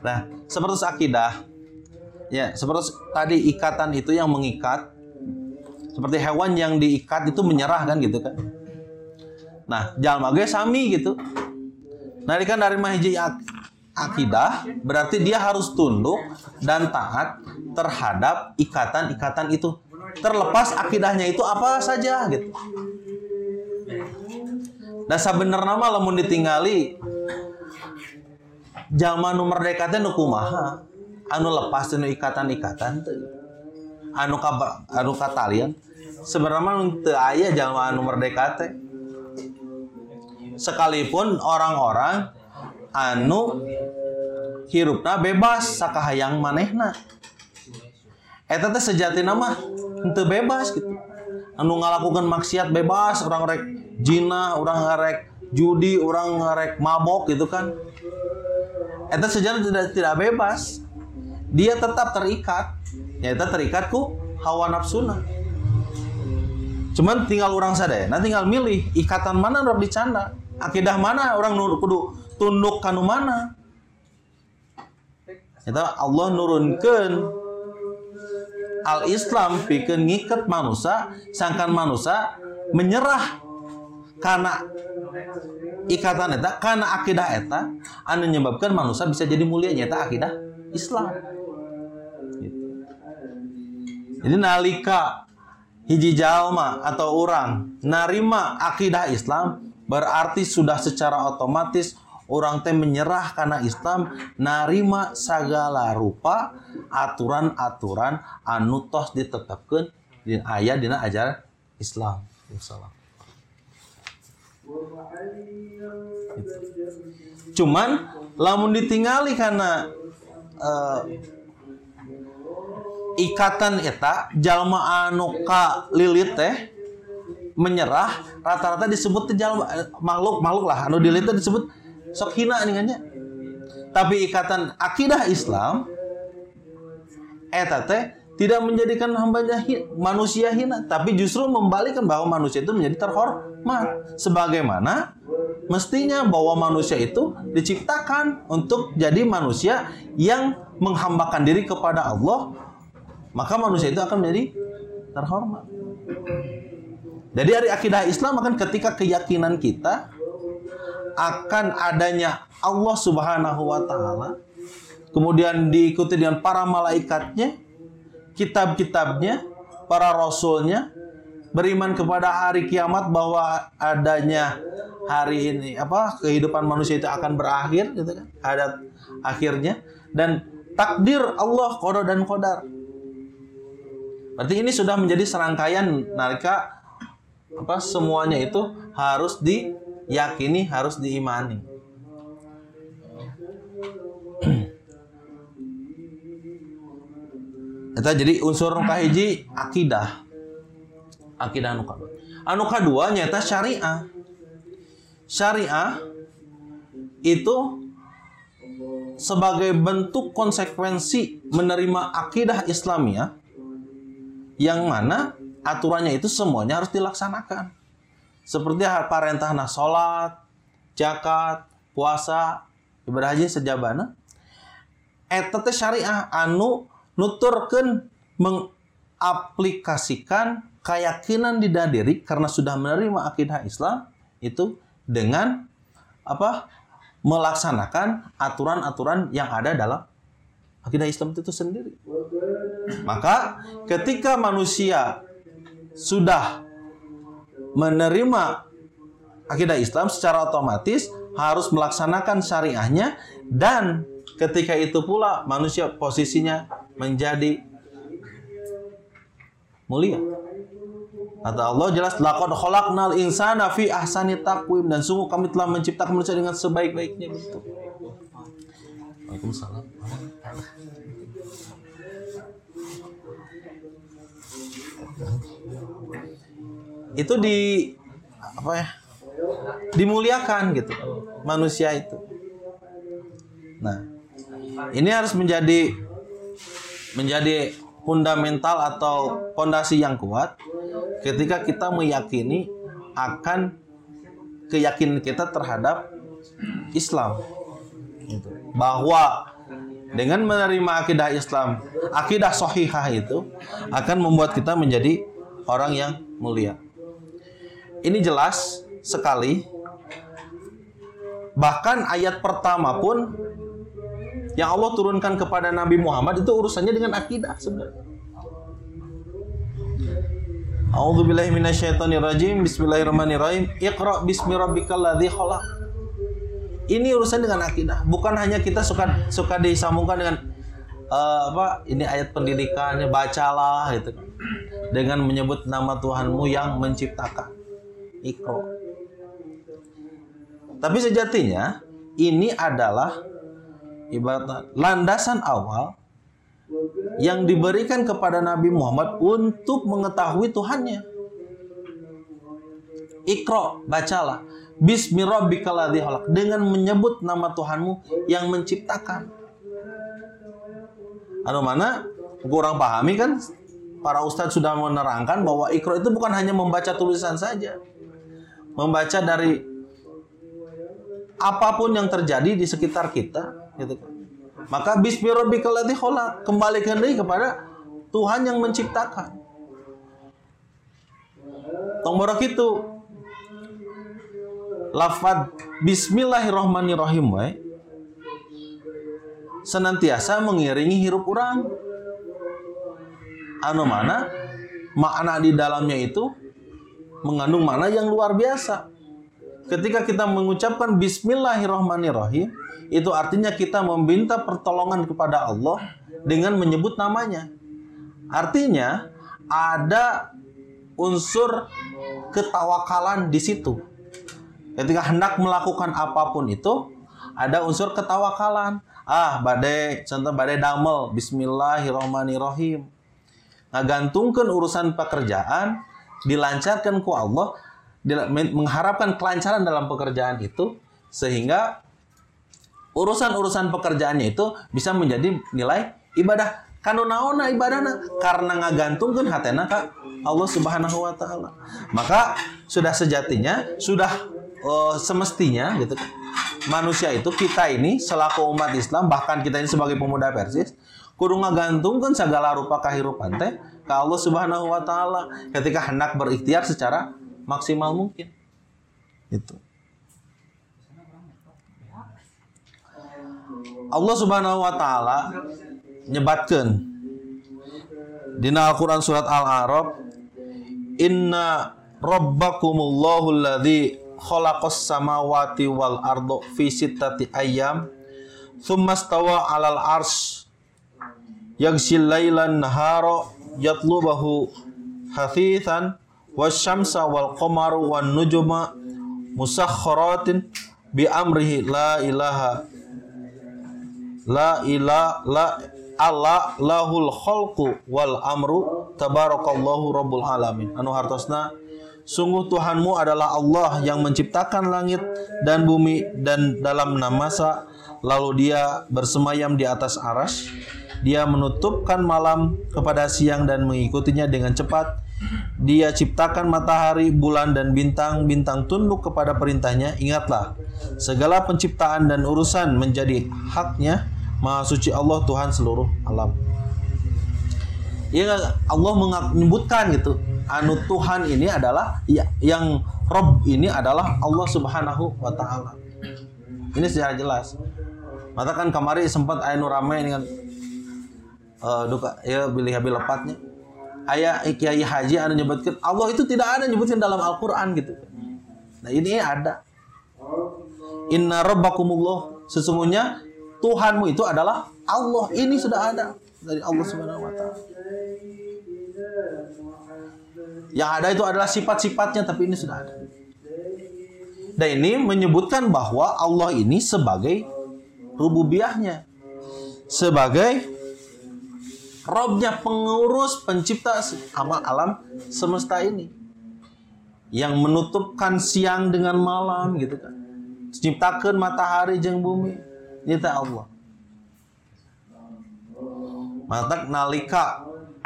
Nah, seperti akidah, ya seperti tadi ikatan itu yang mengikat, seperti hewan yang diikat itu menyerah kan gitu kan. Nah, jalma ge sami gitu. Nah, ini kan dari mahiji akidah, berarti dia harus tunduk dan taat terhadap ikatan-ikatan itu. Terlepas akidahnya itu apa saja gitu. Dan sabenerna mah lamun ditinggali jalma nu merdeka teh nu kumaha? Anu lepas teh ikatan-ikatan teh. Anu katalian. Sebenarnya mah teu aya jalma anu merdeka teh. Sekalipun orang-orang anu hirupna bebas sakahayang manehna. Eta teh sejatina mah henteu bebas gitu. Anu ngalakukeun maksiat bebas, urang rek zina, urang rek judi, urang rek mabok gitu kan. Eta sejatina tidak bebas. Dia tetap terikat. Ya eta terikat ku hawa nafsuna. Cuman tinggal urang sadayana tinggal milih ikatan mana nu dicanda. Akidah mana orang kudu tunduk kanu mana. Eta Allah nurunkeun Al-Islam pikeun ngiket manusia, sangkan manusia menyerah karena ikatan eta, karena akidah eta anu menyebabkan manusia bisa jadi mulia nyata akidah Islam. Gitu. Jadi nalika hiji jalma atau orang narima akidah Islam berarti sudah secara otomatis orang teh menyerah karena Islam, narima segala rupa aturan-aturan anu tos ditetapkeun di aya dina ajaran Islam. Wassalam. Cuman lamun ditingali karena ikatan eta jalma anu ka lilit teh menyerah, rata-rata disebut jalma makhluk lah anu dililit disebut sok hina ningannya. Tapi ikatan akidah Islam eta teh tidak menjadikan hambanya manusia hina, tapi justru membalikan bahwa manusia itu menjadi terhormat. Sebagaimana mestinya bahwa manusia itu diciptakan untuk jadi manusia yang menghambakan diri kepada Allah, maka manusia itu akan menjadi terhormat. Jadi dari akidah Islam akan ketika keyakinan kita akan adanya Allah Subhanahu wa taala, kemudian diikuti dengan para malaikatnya, kitab-kitabnya, para rasulnya, beriman kepada hari kiamat bahwa adanya hari ini kehidupan manusia itu akan berakhir gitu kan, ada akhirnya, dan takdir Allah qada dan qadar. Berarti ini sudah menjadi serangkaian nalika semuanya itu harus diyakini, harus diimani. Eta jadi unsur kahiji akidah. Akidah anu kadua. Anu kadua nyata syariah. Syariah itu sebagai bentuk konsekuensi menerima akidah Islamiyah yang mana aturannya itu semuanya harus dilaksanakan. Seperti parentahna salat, zakat, puasa, ibadah haji sejabana. Eta teh syariah anu nuturkeun mengaplikasikan keyakinan di diri karena sudah menerima akidah Islam itu dengan melaksanakan aturan-aturan yang ada dalam akidah Islam itu sendiri. Maka ketika manusia sudah menerima akidah Islam secara otomatis harus melaksanakan syariahnya, dan ketika itu pula manusia posisinya menjadi mulia. Kata Allah jelas, laqad khalaqnal insana fi ahsani taqwim, dan sungguh kami telah menciptakan manusia dengan sebaik-baiknya bentuk. Waalaikumsalam. Itu dimuliakan gitu manusia itu. Nah, ini harus menjadi fundamental atau fondasi yang kuat ketika kita meyakini akan keyakinan kita terhadap Islam, gitu. Bahwa Dengan menerima akidah Islam, akidah sahihah itu akan membuat kita menjadi orang yang mulia. Ini jelas sekali. Bahkan ayat pertama pun yang Allah turunkan kepada Nabi Muhammad itu urusannya dengan akidah sebenarnya. A'udzubillahi minasyaitonirrajim. Bismillahirrahmanirrahim. Iqra bismi rabbikal ladzi khalaq. Ini urusan dengan akidah. Bukan hanya kita suka disambungkan dengan ini ayat pendidikannya, bacalah gitu. Dengan menyebut nama Tuhanmu yang menciptakan. Iqra. Tapi sejatinya ini adalah ibarat landasan awal yang diberikan kepada Nabi Muhammad untuk mengetahui Tuhannya. Iqra, bacalah. Bismi rabbikal ladzi khalaq, dengan menyebut nama Tuhanmu yang menciptakan. Anu mana kurang pahami kan? Para ustadz sudah menerangkan bahwa Iqra itu bukan hanya membaca tulisan saja. Membaca dari apapun yang terjadi di sekitar kita, gitu kan. Maka bismi rabbikal ladzi khalaq, kembalikan diri kepada Tuhan yang menciptakan. Tong itu lafaz bismillahirrahmanirrahim senantiasa mengiringi hirup urang. Anu mana makna di dalamnya itu mengandung makna yang luar biasa. Ketika kita mengucapkan bismillahirrahmanirrahim, itu artinya kita meminta pertolongan kepada Allah dengan menyebut namanya. Artinya ada unsur ketawakalan di situ. Ketika hendak melakukan apapun itu ada unsur ketawakalan. Contoh badai damel bismillahirrahmanirrahim. Ngagantungkeun urusan pekerjaan dilancarkan ku Allah, mengharapkan kelancaran dalam pekerjaan itu sehingga urusan-urusan pekerjaannya itu bisa menjadi nilai ibadah. Kanu naonna ibadahna karena ngagantungkeun hatena ka Allah Subhanahu wa taala. Maka sudah sejatinya, sudah semestinya gitu manusia itu, kita ini selaku umat Islam, bahkan kita ini sebagai pemuda Persis, kudu ngagantungkeun segala rupa kahirupan teh ka Allah Subhanahu wa taala ketika hendak berikhtiar secara maksimal mungkin. Itu. Allah Subhanahu wa taala nyebatkeun dina Al-Qur'an surat Al-A'raf, inna rabbakumullahu alladzi khalaqas samawati wal arda fi sittati ayyam tsumma stawa 'alal arsy yaghshil lailan nahara yatlubahu hafithan wasyamsa wal qamara wan nujuma musakhkharatin bi amrihi la lahul khalqu wal amru tabarakallahu rabbul alamin. Anu hartosna, sungguh Tuhanmu adalah Allah yang menciptakan langit dan bumi dan dalam namasa, lalu Dia bersemayam di atas arsy. Dia menutupkan malam kepada siang dan mengikutinya dengan cepat. Dia ciptakan matahari, bulan dan bintang-bintang tunduk kepada perintahnya. Ingatlah, segala penciptaan dan urusan menjadi haknya. Maha suci Allah Tuhan seluruh alam. Ya, Allah menyebutkan gitu, anu Tuhan ini adalah yang Rabb ini adalah Allah Subhanahu wa taala. Ini secara jelas. Maka kan kemarin sempat aya nu rame dengan duka ya bilih habil lepatnya. Aya kiai haji anu nyebutkeun Allah itu tidak ada nyebutkan dalam Al-Qur'an gitu. Nah, ini ada. Inna rabbakumullah, sesungguhnya Tuhanmu itu adalah Allah. Ini sudah ada dari Allah Subhanahu wa taala. Yang ada itu adalah sifat-sifatnya, tapi ini sudah ada. Dan ini menyebutkan bahwa Allah ini sebagai rububiyahnya, sebagai Robnya, pengurus, pencipta alam semesta ini, yang menutupkan siang dengan malam gitu kan, ciptakeun matahari jeung bumi. Ini teh Allah. Matak nalika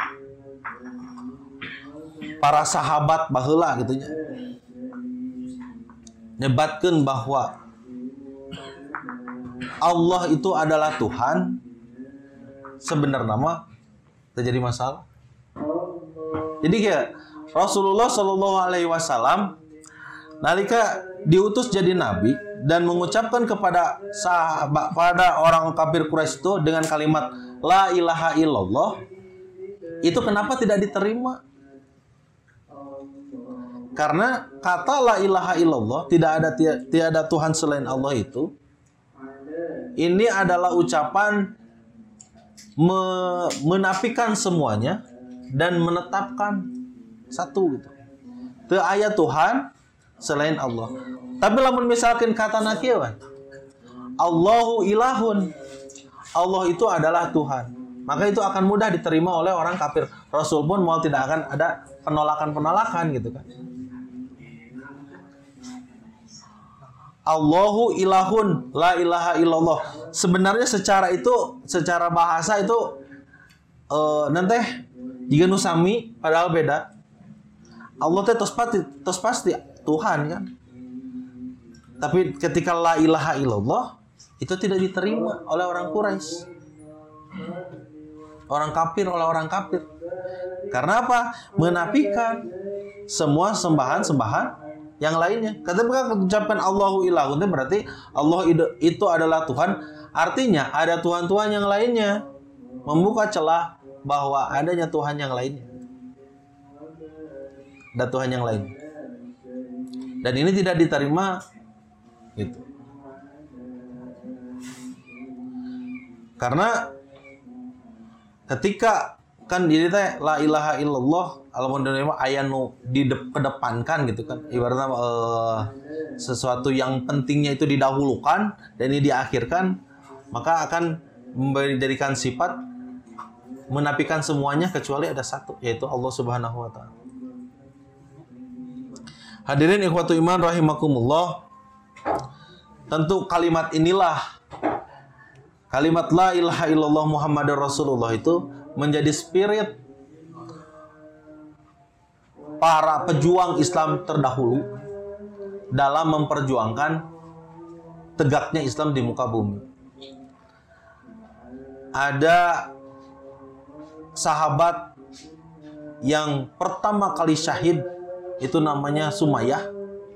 para sahabat baheula gitu nya nyebatkeun bahwa Allah itu adalah Tuhan, sebenarnya mah terjadi masalah. Jadi kayak Rasulullah Shallallahu Alaihi Wasallam nalika diutus jadi nabi dan mengucapkan kepada sahabat pada orang kafir Quraisy itu dengan kalimat la ilaha illallah, itu kenapa tidak diterima? Karena kata la ilaha illallah, tiada Tuhan selain Allah itu, ini adalah ucapan menafikan semuanya dan menetapkan satu gitu. Teu aya Tuhan selain Allah. Tapi lamun misalkan kata nakieu, Allahu ilahun, Allah itu adalah Tuhan, maka itu akan mudah diterima oleh orang kafir. Rasul pun mau tidak akan ada penolakan gitu kan. Allahu ilahun, la ilaha illallah. Sebenarnya secara bahasa itu nanti jika nusami padahal beda. Allah teh tos pasti Tuhan kan. Tapi ketika la ilaha illallah itu tidak diterima oleh orang Quraisy. Orang kafir oleh orang kafir. Karena apa? Menafikan semua sembahan yang lainnya. Ketika ucapkan Allahu ilahun itu berarti Allah itu adalah Tuhan. Artinya ada Tuhan-Tuhan yang lainnya. Membuka celah bahwa adanya Tuhan yang lainnya. Ada Tuhan yang lain. Dan ini tidak diterima gitu. Karena ketika kan diri teh la ilaha illallah alhamdulillah aya nu dikedepankan gitu kan, ibaratnya sesuatu yang pentingnya itu didahulukan dan ini diakhirkan, maka akan menjadikan sifat menafikan semuanya kecuali ada satu, yaitu Allah Subhanahu wa taala. Hadirin ikhwatu iman rahimakumullah, tentu kalimat inilah, kalimat la ilaha illallah Muhammadur Rasulullah itu menjadi spirit para pejuang Islam terdahulu dalam memperjuangkan tegaknya Islam di muka bumi. Ada sahabat yang pertama kali syahid, itu namanya Sumayyah,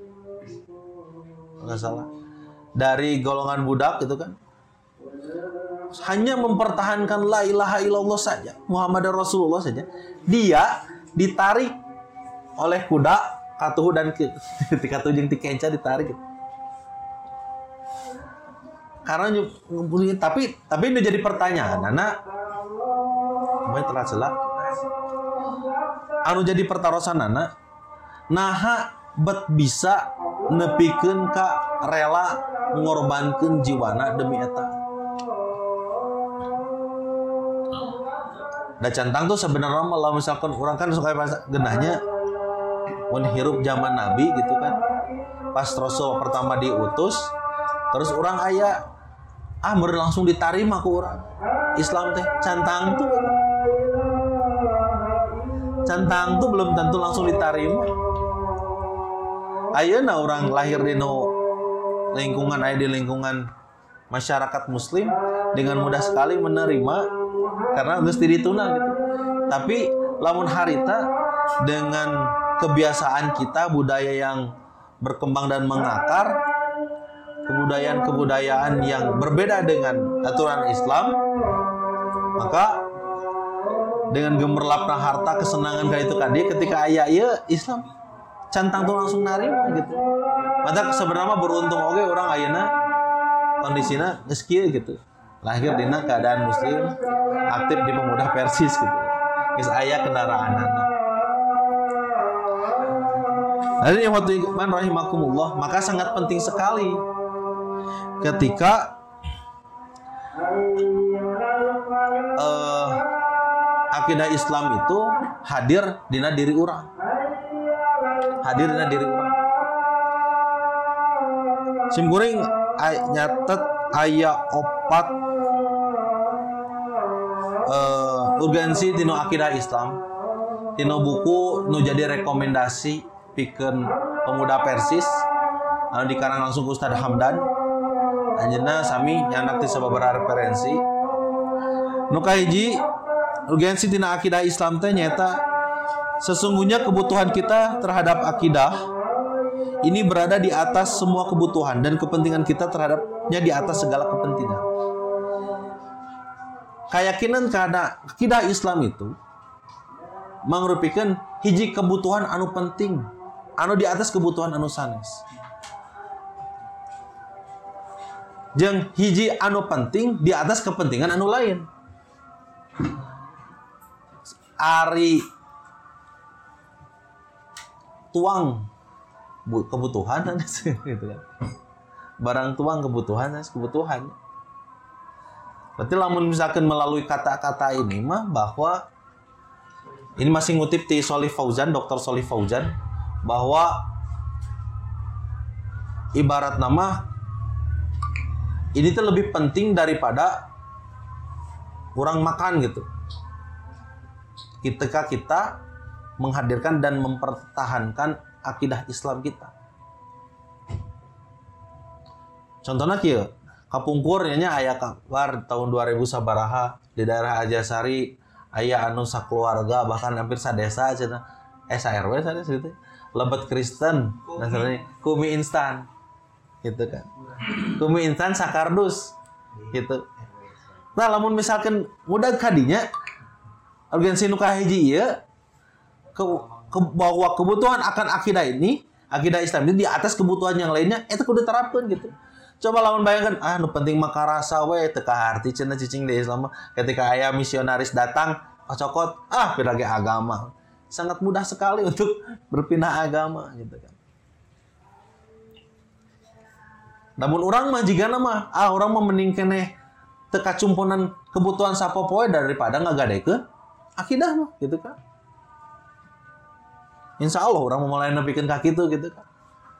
nggak salah, dari golongan budak itu kan, hanya mempertahankan la ilaha illallah saja, Muhammadur Rasulullah saja, dia ditarik oleh kuda katuhu dan ketika tujeng tikenca ditarik gitu. Karena tapi ini jadi pertanyaan, anak mau teracela anu jadi pertarosan anak naha bet bisa nepikeun ka rela ngorbankeun jiwana demi eta. Da cantang tuh sebenarnya malah misalkan orang kan suka genahnya mun hirup zaman Nabi gitu kan. Pas Rasul pertama diutus, terus orang aya meureun langsung diterima ku urang. Islam teh cantang tuh belum tentu langsung diterima. Ayeuna orang lahir di lingkungan di lingkungan masyarakat muslim dengan mudah sekali menerima karena geus dituna gitu. Tapi lamun harita dengan kebiasaan kita, budaya yang berkembang dan mengakar, kebudayaan yang berbeda dengan aturan Islam, maka dengan gemerlapna harta kesenangan kayak itu tadi, ketika aya ieu Islam cantang tuh langsung narima gitu. Maka sebenarnya beruntung oge orang ayeuna kondisina geus kieu gitu. Lahir dina keadaan muslim, aktif di pemuda Persis gitu. Geus aya kendaraanana. Hadirin ikhwatu iman rahimakumullah, maka sangat penting sekali ketika akidah Islam itu hadir dina diri urang. Simkuring nyatet aya 4 urgensi dina akidah Islam. Dina buku nu jadi rekomendasi pikeun pemuda Persis anu dikarang langsung Ustaz Hamdan. Anjeunna sami nyanak ti sababaraha referensi. Nu kahiji urgensi tina akidah Islam teh nyata sesungguhnya kebutuhan kita terhadap akidah ini berada di atas semua kebutuhan dan kepentingan kita terhadapnya di atas segala kepentingan. Keyakinan karena akidah Islam itu mangrupikan hiji kebutuhan anu penting, anu di atas kebutuhan anu sanes. Jeung hiji anu penting di atas kepentingan anu lain. Ari tuang kebutuhan gitu kan. Barang tuang kebutuhan. Berarti lamun misalkan melalui kata-kata ini mah bahwa ini masih ngutip di Sholih Fauzan, Dr. Sholih Fauzan, bahwa ibarat nama ini tuh lebih penting daripada kurang makan gitu. Ketika kita menghadirkan dan mempertahankan akidah Islam kita. Contohnya kieu, kapungkur nya aya kabar tahun 2000 sabaraha di daerah Ajasari aya anu sakeluarga bahkan hampir sadesa cenah SRW sadesa gitu. Lebet Kristen, nasrani, kumi instan. Gitu kan. Kumi instan sakardus gitu. Nah, lamun misalkan mudah kadinya urgensi nu kahiji ieu bahwa kebutuhan akan akidah ini, akidah Islam ini di atas kebutuhan yang lainnya eta kudu terapkeun gitu. Coba lamun bayangkan, nu penting makarasa we teu kaharti cenah cicing di Islam ketika aya misionaris datang pacokot, pirage agama. Sangat mudah sekali untuk berpindah agama gitu kan. Namun orang mah jigana mah, orang mah mending keneh teu kacumpunan kebutuhan sapopoe daripada ngagadekeun akidah mah gitu kan. Insya Allah orang mau mulai nepikeun ka kitu gitu kan.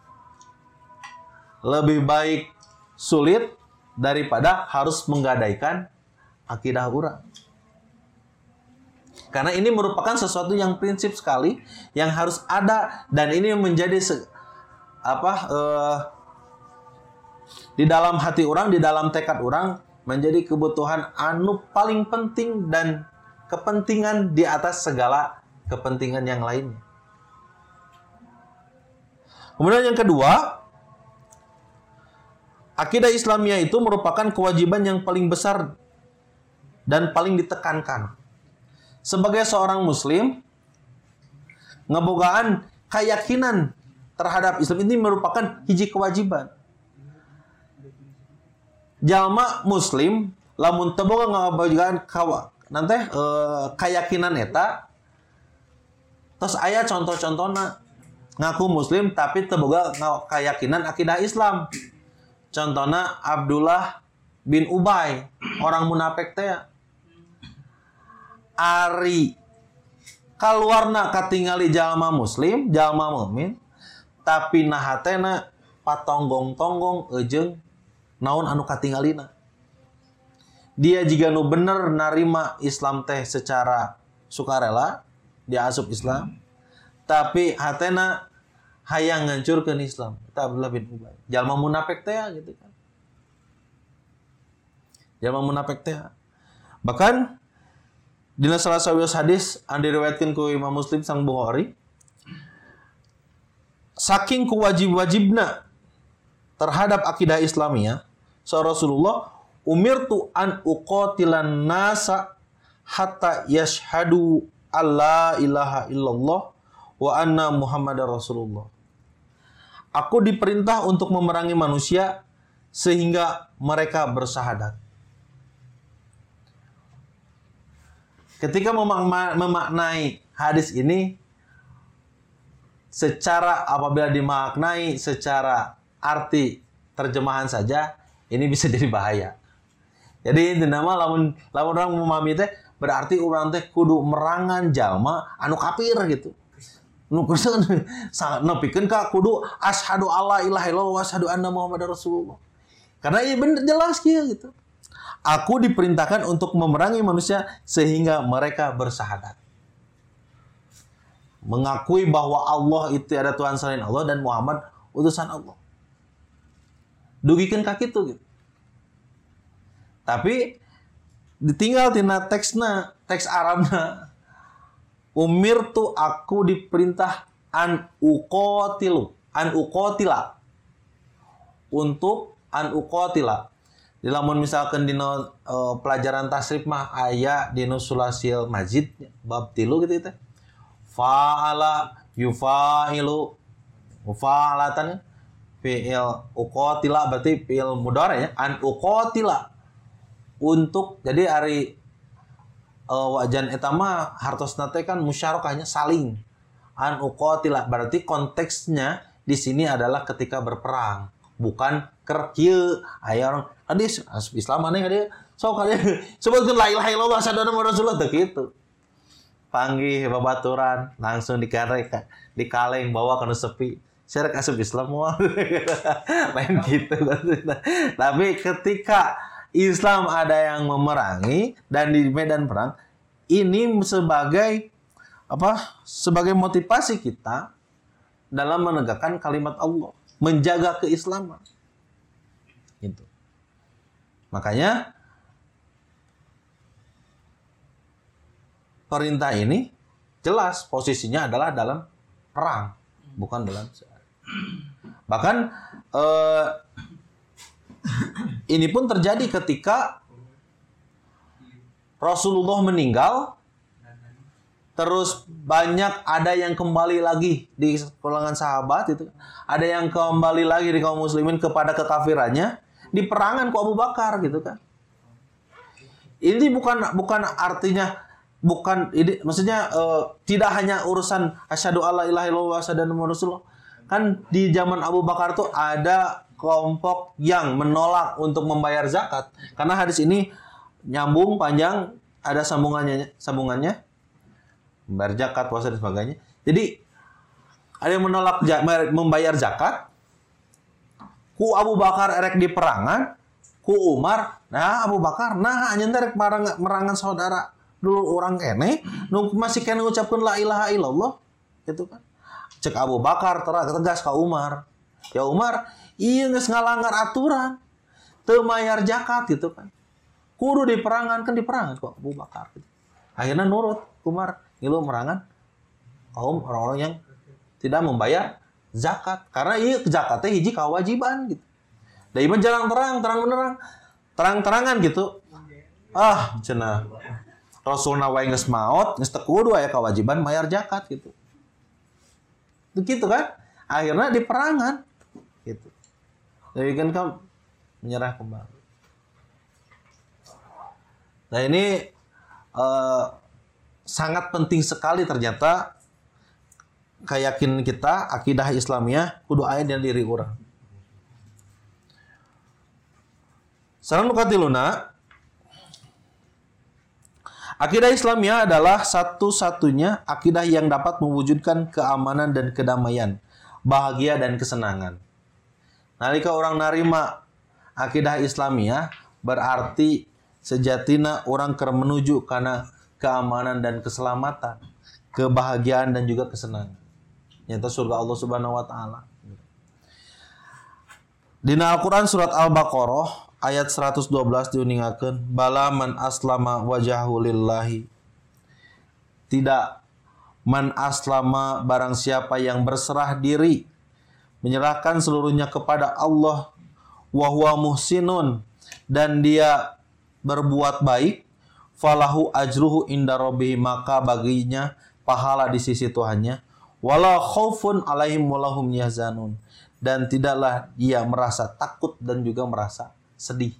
Lebih baik sulit daripada harus menggadaikan akidah orang. Karena ini merupakan sesuatu yang prinsip sekali yang harus ada dan ini menjadi di dalam hati orang, di dalam tekad orang menjadi kebutuhan anu paling penting dan kepentingan di atas segala kepentingan yang lainnya. Kemudian yang kedua, akidah Islamiyah itu merupakan kewajiban yang paling besar dan paling ditekankan. Sebagai seorang muslim, ngebogaan keyakinan terhadap Islam ini merupakan hiji kewajiban. Jalma muslim lamun teu boga ngabogaan keyakinan eta tos aya contoh-contohna ngaku muslim tapi teu boga keyakinan akidah Islam. Contohna Abdullah bin Ubay, orang munafik teh. Ari kaluarna katingali jalma muslim, jalma mukmin, tapi nahatena patonggong-tonggong ejeung naon anu katingalina. Dia jika nu bener narima Islam teh secara sukarela, dia asup Islam, tapi hatena hayang ngancurkeun Islam. Eta Abdullah bin Ubay. Jalma munafik teh gitu kan. Jalma munafik teh. Bahkan dina salah sawios hadis anu diriwayatkeun ku Imam Muslim sang Bukhari, saking kuwajib-wajibna terhadap akidah Islamiyah, Rasulullah umirtu an uqatilan nasa hatta yashhadu alla ilaha illallah wa anna Muhammadar Rasulullah. Aku diperintah untuk memerangi manusia sehingga mereka bersahadat. Ketika memaknai hadis ini apabila dimaknai secara arti terjemahan saja, ini bisa jadi bahaya. Jadi itu nama lamun orang memahami teh berarti orang teh kudu merangan jalma anu kafir gitu. Nu kudu nepikeun ka kudu asyhadu alla ilaha illallah wa asyhadu anna Muhammadar Rasulullah. Karena ini benar jelas gitu. Aku diperintahkan untuk memerangi manusia sehingga mereka bersahadat. Mengakui bahwa Allah itu ada Tuhan selain Allah dan Muhammad utusan Allah. Dugikeun ka kitu gitu. Tapi ditinggal tina teks Arabna. Umirtu aku diperintah an uqotila untuk an uqotila. Di lamun misalkan dino pelajaran tasrif mah aya dino sulasil majid bab 3 gitu teh. Fa'ala yufailu mufa'alatan fi'il uqotila berarti fi'il mudhari ya, an uqotila untuk. Jadi ari wajan eta mah hartosna teh kan musyarakahnya saling. An uqotila berarti konteksnya di sini adalah ketika berperang, bukan keur kieu aya orang hadis Islam aneh dia sok ade sebutkeun la ilaha illallah asyhadu anna rasulullah teh kitu. Panggih babaturan langsung dikaleng bawa kana sepi. Syarat asup Islam moal. Lain gitu. Tapi ketika Islam ada yang memerangi dan di medan perang, ini sebagai sebagai motivasi kita dalam menegakkan kalimat Allah, menjaga keislaman. Gitu. Makanya perintah ini jelas posisinya adalah dalam perang, bukan dalam bahkan ini pun terjadi ketika Rasulullah meninggal, terus banyak ada yang kembali lagi di kalangan sahabat itu, ada yang kembali lagi di kaum muslimin kepada kekafirannya di perangan ku Abu Bakar gitu kan. Ini bukan artinya ini maksudnya tidak hanya urusan asyhadu alla ilaha illallah wa asyhadu anna rasulullah. Kan di zaman Abu Bakar tuh ada kelompok yang menolak untuk membayar zakat. Karena hadis ini nyambung panjang, ada sambungannya. Membayar zakat, puasa dan sebagainya. Jadi ada yang menolak membayar zakat. Ku Abu Bakar erek di perangan, ku Umar, nah Abu Bakar nah anjeun teh rek merangan saudara dulu orang kene nu masih kene ngucapkeun la ilaha illallah gitu kan. Cek Abu Bakar tegas ka Umar. Ya Umar, ieu geus ngalanggar aturan. Teu mayar zakat gitu kan. Kudu diperangan kan diperangan kok Abu Bakar gitu. Akhirnya nurut Umar ngilu merangan kaum orang-orang yang tidak membayar zakat. Karena ieu zakat teh hiji kewajiban gitu. Da ieu jarang terang-terangan gitu. Cenah. Rasulna wae geus maot, geus teu kudu aya kewajiban bayar zakat gitu. Begitu kan? Akhirnya di perangan gitu. Jadi kan kamu menyerah kembali. Nah ini sangat penting sekali ternyata keyakinan kita akidah Islamiyah kudu aya di diri urang. Sareng katiluna, akidah Islamiyah adalah satu-satunya akidah yang dapat mewujudkan keamanan dan kedamaian, bahagia dan kesenangan. Nalika orang narima akidah Islamiyah berarti sejatina orang keur menuju kana keamanan dan keselamatan, kebahagiaan dan juga kesenangan. Nyata surga Allah Subhanahu wa taala. Dina Al-Qur'an surat Al-Baqarah ayat 112 diuningakeun, bala man aslama wajhahu lillahi. Tidak, man aslama barang siapa yang berserah diri, menyerahkan seluruhnya kepada Allah, wa huwa muhsinun, dan dia berbuat baik, falahu ajruhu inda rabbih, maka baginya pahala di sisi Tuhannya, wala khaufun alaihim walahum yahzanun, dan tidaklah dia merasa takut dan juga merasa sedih.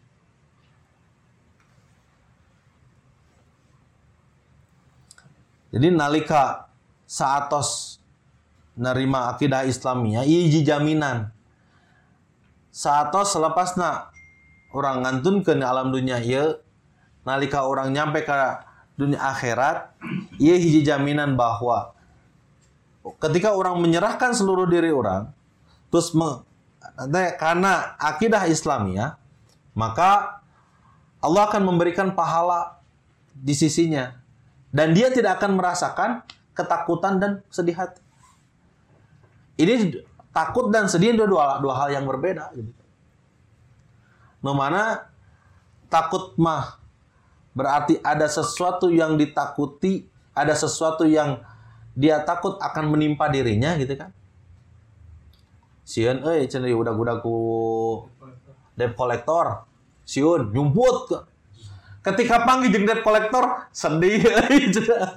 Jadi nalika saatos nerima akidah Islamiyah ieu jaminan. Saatos selepasna orang ngantunkeun alam dunia ieu, nalika orang nyampe ke dunia akhirat, ieu hiji jaminan bahwa ketika orang menyerahkan seluruh diri orang terus karena akidah Islamiyah, maka Allah akan memberikan pahala di sisinya. Dan dia tidak akan merasakan ketakutan dan sedih hati. Ini takut dan sedih itu dua hal yang berbeda. No mana takut mah berarti ada sesuatu yang ditakuti, ada sesuatu yang dia takut akan menimpa dirinya gitu kan. Sieun euy cenah udah ku debt collector. Sieun nyumput. Ketika panggil jeung debt collector sedih euy cenah.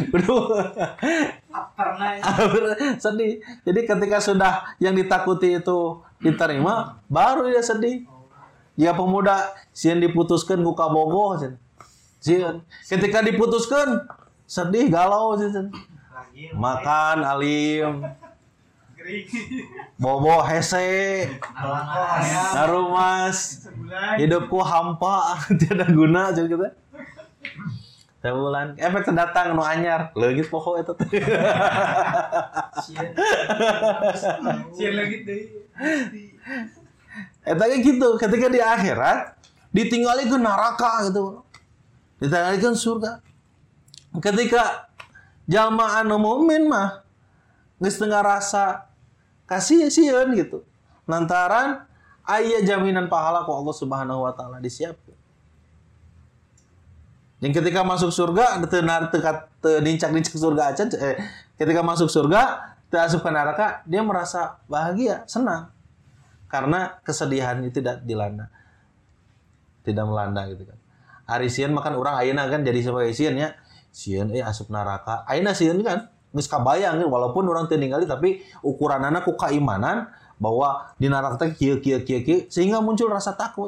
Sedih. Jadi ketika sudah yang ditakuti itu diterima, baru dia sedih. Jika pemuda sieun diputuskeun ku kabogoh cenah. Sieun ketika diputuskeun sedih galau cenah. Makan alim. Bobo hese, narumas, hidupku hampa, tiada guna, jadi gitu. Sebulan, efek terdatang nu anyar, leugit poho eta teh. Sieun leugit deui. Eta gitu, ketika di akhirat ditinggalikeun neraka gitu. Ditinggalikeun surga. Ketika jalma anu mukmin mah geus tengah rasa kasih sieun gitu. Lantaran aya jaminan pahala ku Allah Subhanahu wa taala disiapkeun. Yang ketika masuk surga teu nincak-nincak surga acan ketika masuk surga teu asup ka neraka, dia merasa bahagia, senang. Karena kesedihan itu tidak dilanda. Tidak melanda gitu kan. Ari sieun makan urang ayeuna kan jadi sebagai sieun nya. Sieun asup neraka. Ayeuna sieun kan geus kabayang walaupun orang teu ningali tapi ukuranana ku keimanan bahwa di neraka teh kieu sehingga muncul rasa takut.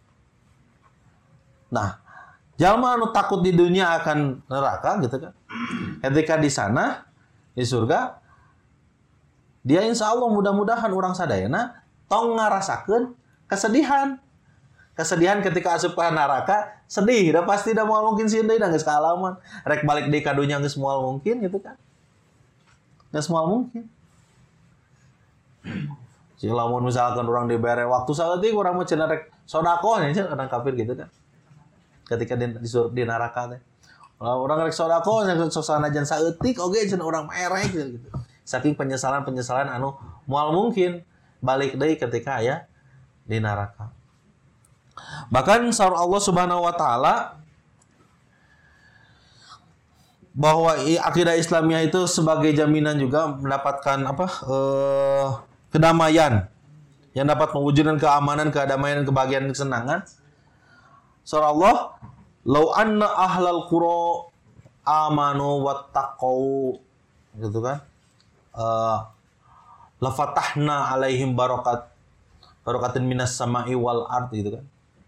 Nah, jalma anu takut di dunia akan neraka gitu kan. Ketika di sana di surga dia insya Allah mudah-mudahan orang sadayana tong ngarasakeun kesedihan. Kesedihan ketika asup ka neraka, sedih, dah pasti dah moal mungkin sieun deui geus kaalaman. Rek balik deui ka dunya geus moal mungkin gitu kan. Geus moal mungkin. Si lamun misalkan orang dibere waktu saeutik urang mah cenah rek sedekah nya cenah orang kafir gitu kan. Ketika di neraka teh. Orang rek sedekah nya sosanajan saeutik oge cenah urang merek gitu. Saking penyesalan anu moal mungkin balik deui ketika aya di neraka. Bahkan saur Allah Subhanahu wa taala bahwa akidah Islamiyah itu sebagai jaminan juga mendapatkan kedamaian yang dapat mewujudkan keamanan, kedamaian, kebahagiaan, kesenangan. Surah Allah, "Lau anna ahlal qura amanu wattaqau," gitu kan? La fatahna alaihim barakatin minas sama'i wal ard gitu kan.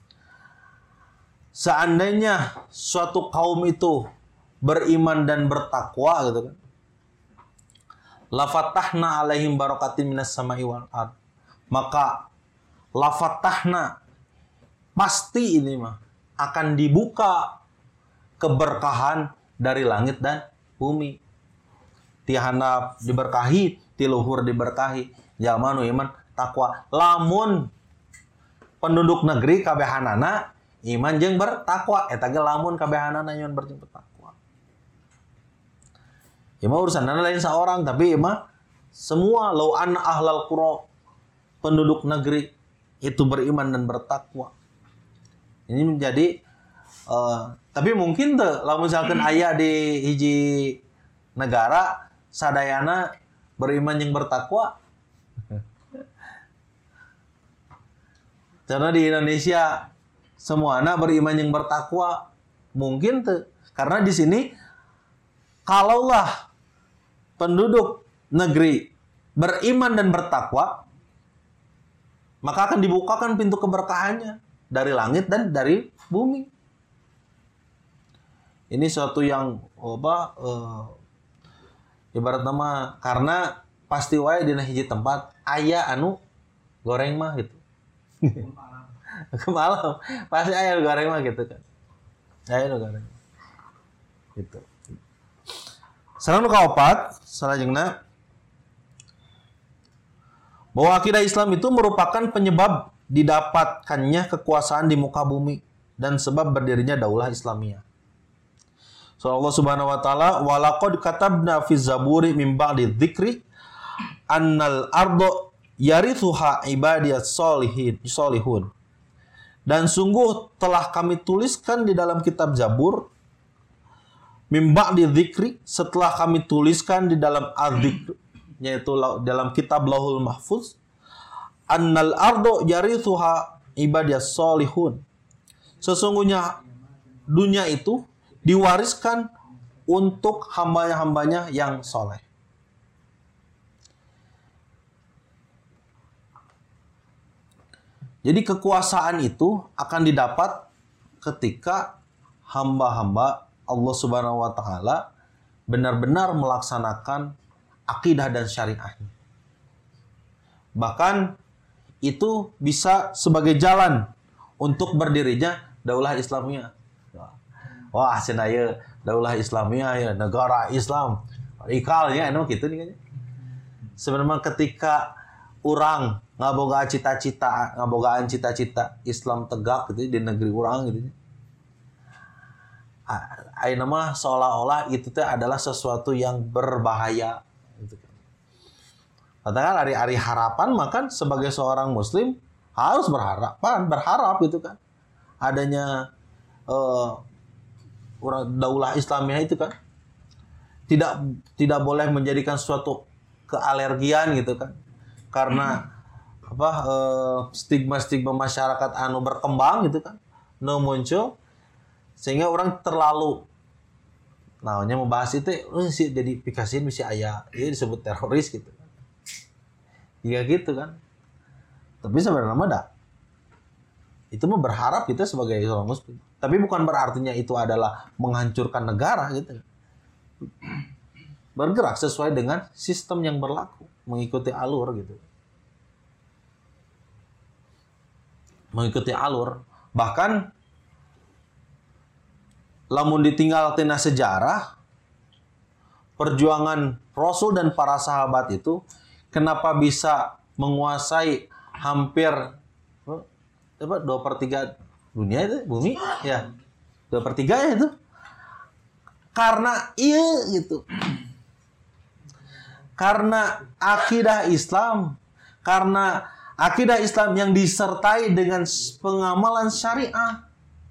Seandainya suatu kaum itu beriman dan bertakwa gitu kan. La fatahna alaihim barakatin minas sama'i wal ard. Maka la fatahna pasti ini mah akan dibuka keberkahan dari langit dan bumi. Ti handap diberkahi, ti luhur diberkahi. Jalma nu iman takwa. Lamun penduduk negeri kabehanana iman jeung bertakwa, eta ge lamun kabehanana iman jeung bertakwa. Ieu mah urusanna lain saorang, tapi ieu mah semua lau anna ahlal qura, penduduk negeri itu beriman dan bertakwa. Ini menjadi tapi mungkin teu lamun misalkan aya di hiji negara sadayana beriman jeung bertakwa. Karena di Indonesia semua anak beriman yang bertakwa mungkin tuh karena di sini kalaulah penduduk negeri beriman dan bertakwa maka akan dibukakan pintu keberkahannya dari langit dan dari bumi. Ini suatu yang ibarat nama karena pasti wae dina hiji tempat aya anu goreng mah gitu. Ke malam pasti aya goreng mah gitu kan. Aya goreng. Gitu. Sareng nu kaopat salajengna bahwa akidah Islam itu merupakan penyebab didapatkannya kekuasaan di muka bumi dan sebab berdirinya daulah Islamiyah. So Allah Subhanahu wa taala walaqad katabna fi zaburi min ba'di dzikri annal ardo yarithuha ibadiyas solihun. Dan sungguh telah kami tuliskan di dalam kitab Zabur, mim ba'di dzikri, setelah kami tuliskan di dalam adzikr, yaitu dalam kitab Lauhul Mahfuz, annal ardo yarithuha ibadiyas solihun. Sesungguhnya dunia itu diwariskan untuk hamba-hambanya yang soleh. Jadi kekuasaan itu akan didapat ketika hamba-hamba Allah Subhanahu wa taala benar-benar melaksanakan akidah dan syariahnya. Bahkan itu bisa sebagai jalan untuk berdirinya daulah Islamiyah. Wah, cenah ieu daulah Islamiyah ya, negara Islam. Ikalnya anu kitu nih. Sebenarnya ketika orang ngabogaan cita-cita Islam tegak gitu di negeri orang gitu. Ayeuna mah seolah-olah itu teh adalah sesuatu yang berbahaya gitu kan. Katakan hari-hari harapan makan sebagai seorang muslim harus berharap gitu kan. Adanya daulah Islamiyah itu kan. Tidak boleh menjadikan suatu kealergian gitu kan. Karena stigma-stigma masyarakat anu berkembang gitu kan, muncul sehingga orang terlalu membahas itu sih jadi pikasiin misi aya ini disebut teroris gitu kan. Iya gitu kan. Tapi sebenarnya mah itu mah berharap kita sebagai seorang muslim. Tapi bukan berartinya itu adalah menghancurkan negara gitu. Bergerak sesuai dengan sistem yang berlaku, mengikuti alur gitu. Mengikuti alur. Bahkan lamun ditinggal tina sejarah perjuangan Rasul dan para sahabat itu kenapa bisa menguasai hampir 2/3 dunia itu, bumi ya. 2/3 ya itu. Karena iya gitu. Karena akidah Islam, karena akidah Islam yang disertai dengan pengamalan syariah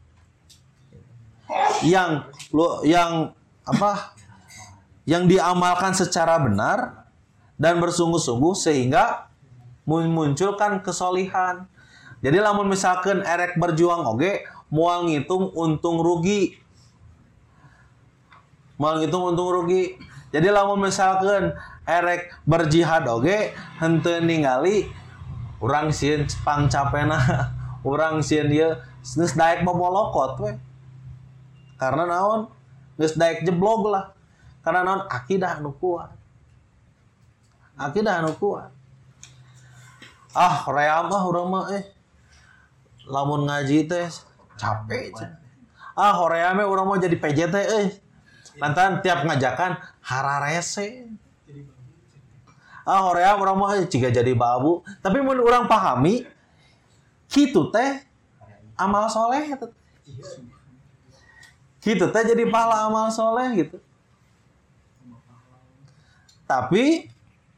yang diamalkan secara benar dan bersungguh-sungguh sehingga memunculkan kesolihan. Jadi lamun misalkan erek berjuang oge moal ngitung untung rugi. Jadi lamun misalkan erek berjihad oge henteu ningali urang sieun pangcapena, urang sieun ieu geus daek bobolokot we. Karena naon? Geus daek jeblog lah. Karena naon? Akidah anu kuat. Rea mah urang mah lamun ngaji teh capek cenah. Horea mah urang mah jadi PJT lantaran tiap ngajakan hararese. Horea urang mah ciga jadi babu. Tapi mun urang pahami kitu teh amal soleh eta. Kitu teh jadi pahala amal soleh gitu. Tapi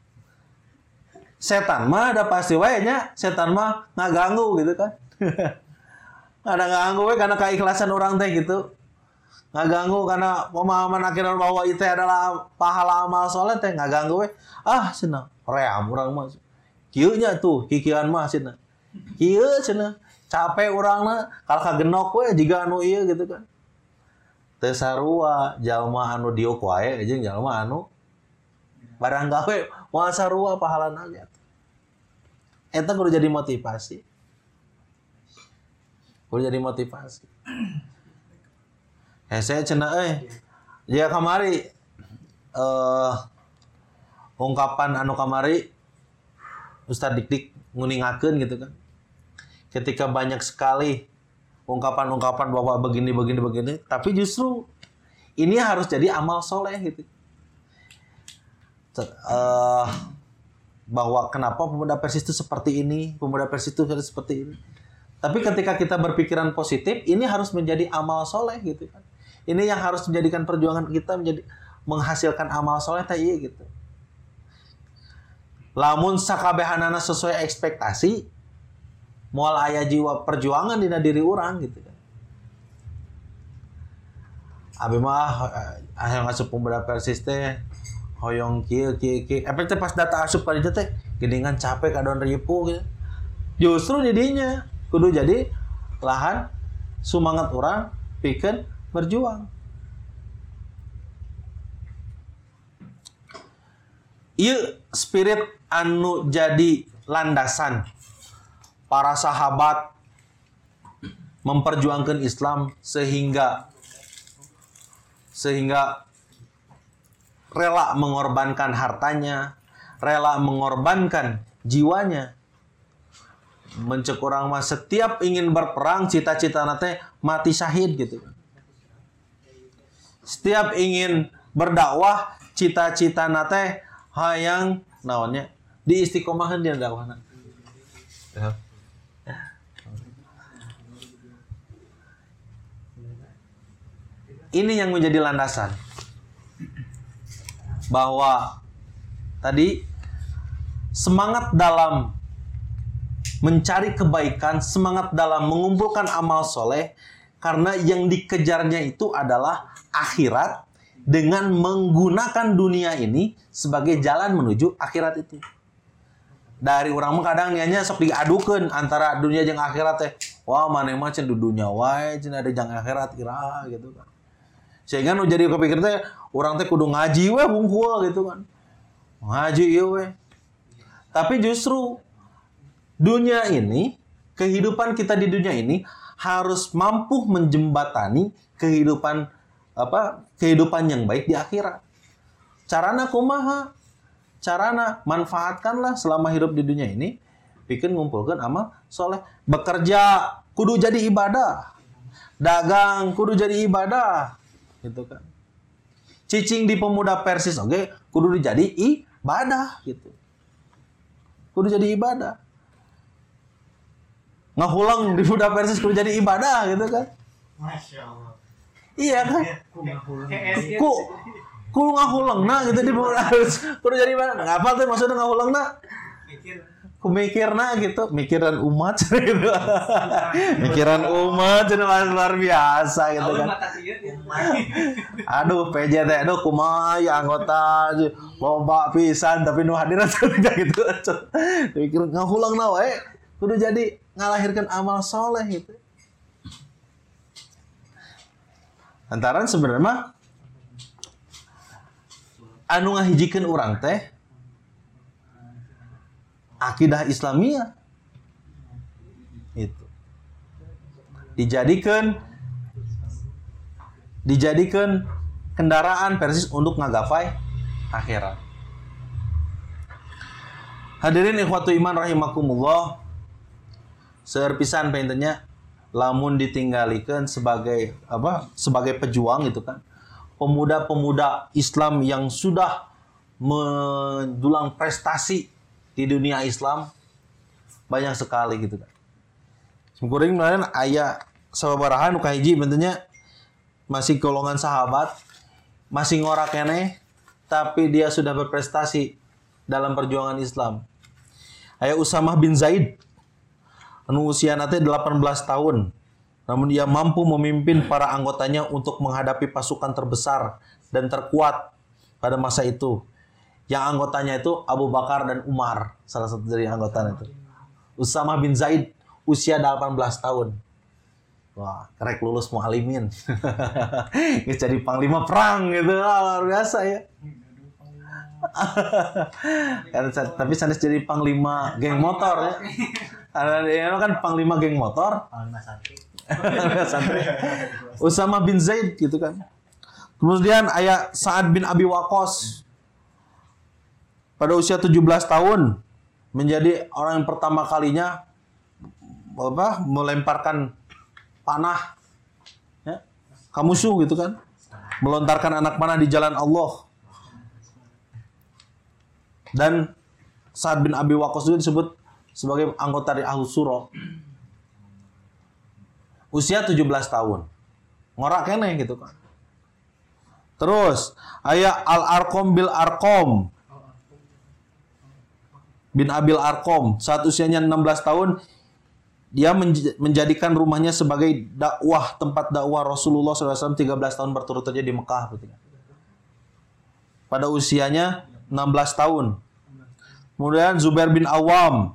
setan mah ada pasti wae nya, setan mah ngaganggu gitu kan. Ada ngaganggu we karena keikhlasan orang teh gitu. Ngaganggu karena pemahaman akhirnya bahwa itu adalah pahala amal soleh teh ngaganggu we. Cenah ream urang mah. Kieu nya tuh kikian mah cenah. Kieu cenah capek urangna kalau kagenok we jiga anu ieu gitu kan. Teu sarua jalma anu diuk wae jeung jalma anu barang gawe moal sarua pahalana ge. Eta kudu jadi motivasi. Saya cenah ya kamari ungkapan anu kamari Ustaz Dik nguningakeun gitu kan. Ketika banyak sekali ungkapan-ungkapan bahwa begini, tapi justru ini harus jadi amal soleh gitu. Bahwa kenapa pemuda Persis itu seperti ini, pemuda Persis itu harus seperti ini. Tapi ketika kita berpikiran positif, ini harus menjadi amal soleh gitu kan. Ini yang harus menjadikan perjuangan kita menjadi menghasilkan amal soleh teh ieu gitu. Lamun sakabehanana sesuai ekspektasi, moal aya jiwa perjuangan dina diri urang gitu kan. Abi mah aya ngasup pemuda Persis teh hoyong kieu teh pas data asup ka dieu teh geuningan capek kadon ripuh gitu. Justru jadinya kudu jadi lahan semangat orang pikeun berjuang. Ieu spirit anu jadi landasan para sahabat memperjuangkan Islam sehingga rela mengorbankan hartanya, rela mengorbankan jiwanya. Mencek urang mah setiap ingin berperang cita-citana teh mati syahid gitu. Setiap ingin berdakwah cita-citana teh hayang naonnya diistiqomaheun dia dakwahna. Ini yang menjadi landasan bahwa tadi semangat dalam mencari kebaikan, semangat dalam mengumpulkan amal soleh, karena yang dikejarnya itu adalah akhirat dengan menggunakan dunia ini sebagai jalan menuju akhirat itu. Dari orang mah kadang nianya sok diadukeun antara dunia jeung akhirat teh. Wah, maneh mah cenah dunya wae, cenah ada jeung akhirat ira gitu kan. Sehingga nu jadi kepikir teh urang teh kudu ngaji we hungkul gitu kan. Ngaji ieu we. Tapi justru dunia ini, kehidupan kita di dunia ini harus mampu menjembatani kehidupan yang baik di akhirat. Carana kumaha? Carana manfaatkanlah selama hidup di dunia ini, bikin ngumpulkan amal soleh. Bekerja kudu jadi ibadah, dagang kudu jadi ibadah, gitu kan. Cicing di pemuda Persis oke, kudu jadi ibadah gitu. Kudu jadi ibadah. Ngahulang di pemuda Persis kudu jadi ibadah gitu kan. Masya Allah. Iya kan? Ku ngahuleungna gitu di pemuda Persis kudu jadi ibadah. Ngapa tuh maksudnya ngahuleungna? Ku mikirna gitu, mikiran umat gitu. Mikiran umat cenah luar biasa gitu kan. Aduh PJ teh aduh kumaha ya anggota loba pisan tapi nu hadir gitu. Mikir ngahuleungna wae kudu jadi ngalahirkan amal soleh gitu. Antaran sebenarnya mah anu ngahijikeun urang teh akidah Islamiyah itu dijadikan kendaraan Persis untuk ngagapai akhirat. Hadirin ikhwatu iman rahimakumullah, seueur pisan pentingnya lamun ditinggalikeun sebagai pejuang gitu kan. Pemuda-pemuda Islam yang sudah mendulang prestasi di dunia Islam banyak sekali gitu kan. Sekuring kemarin aya sababaraha nu kahiji bentuknya masih golongan sahabat, masih ngorak keneh tapi dia sudah berprestasi dalam perjuangan Islam. Aya Usamah bin Zaid anu usiana teh 18 tahun. Namun dia mampu memimpin para anggotanya untuk menghadapi pasukan terbesar dan terkuat pada masa itu. Yang anggotanya itu Abu Bakar dan Umar, salah satu dari anggotanya itu. Usamah bin Zaid usia 18 tahun. Wah, kerek lulus mualimin. Jadi panglima perang gitu, luar biasa ya. Tapi sanes jadi panglima geng motor ya. Ada kan panglima geng motor, panglima santri. Usamah bin Zaid gitu kan. Kemudian aya Sa'ad bin Abi Waqqas pada usia 17 tahun menjadi orang yang pertama kalinya melemparkan panah ya, ke musuh gitu kan. Melontarkan anak panah di jalan Allah. Dan Sa'ad bin Abi Waqqas itu disebut sebagai anggota dari Ahlus Surah. Usia 17 tahun. Ngorak keneh gitu kan. Terus aya Al-Arqam bil Arqam bin Abil Arqam saat usianya 16 tahun dia menjadikan rumahnya sebagai tempat dakwah Rasulullah SAW 13 tahun berturut-turut di Mekah. Pada usianya 16 tahun. Kemudian Zubair bin Awam,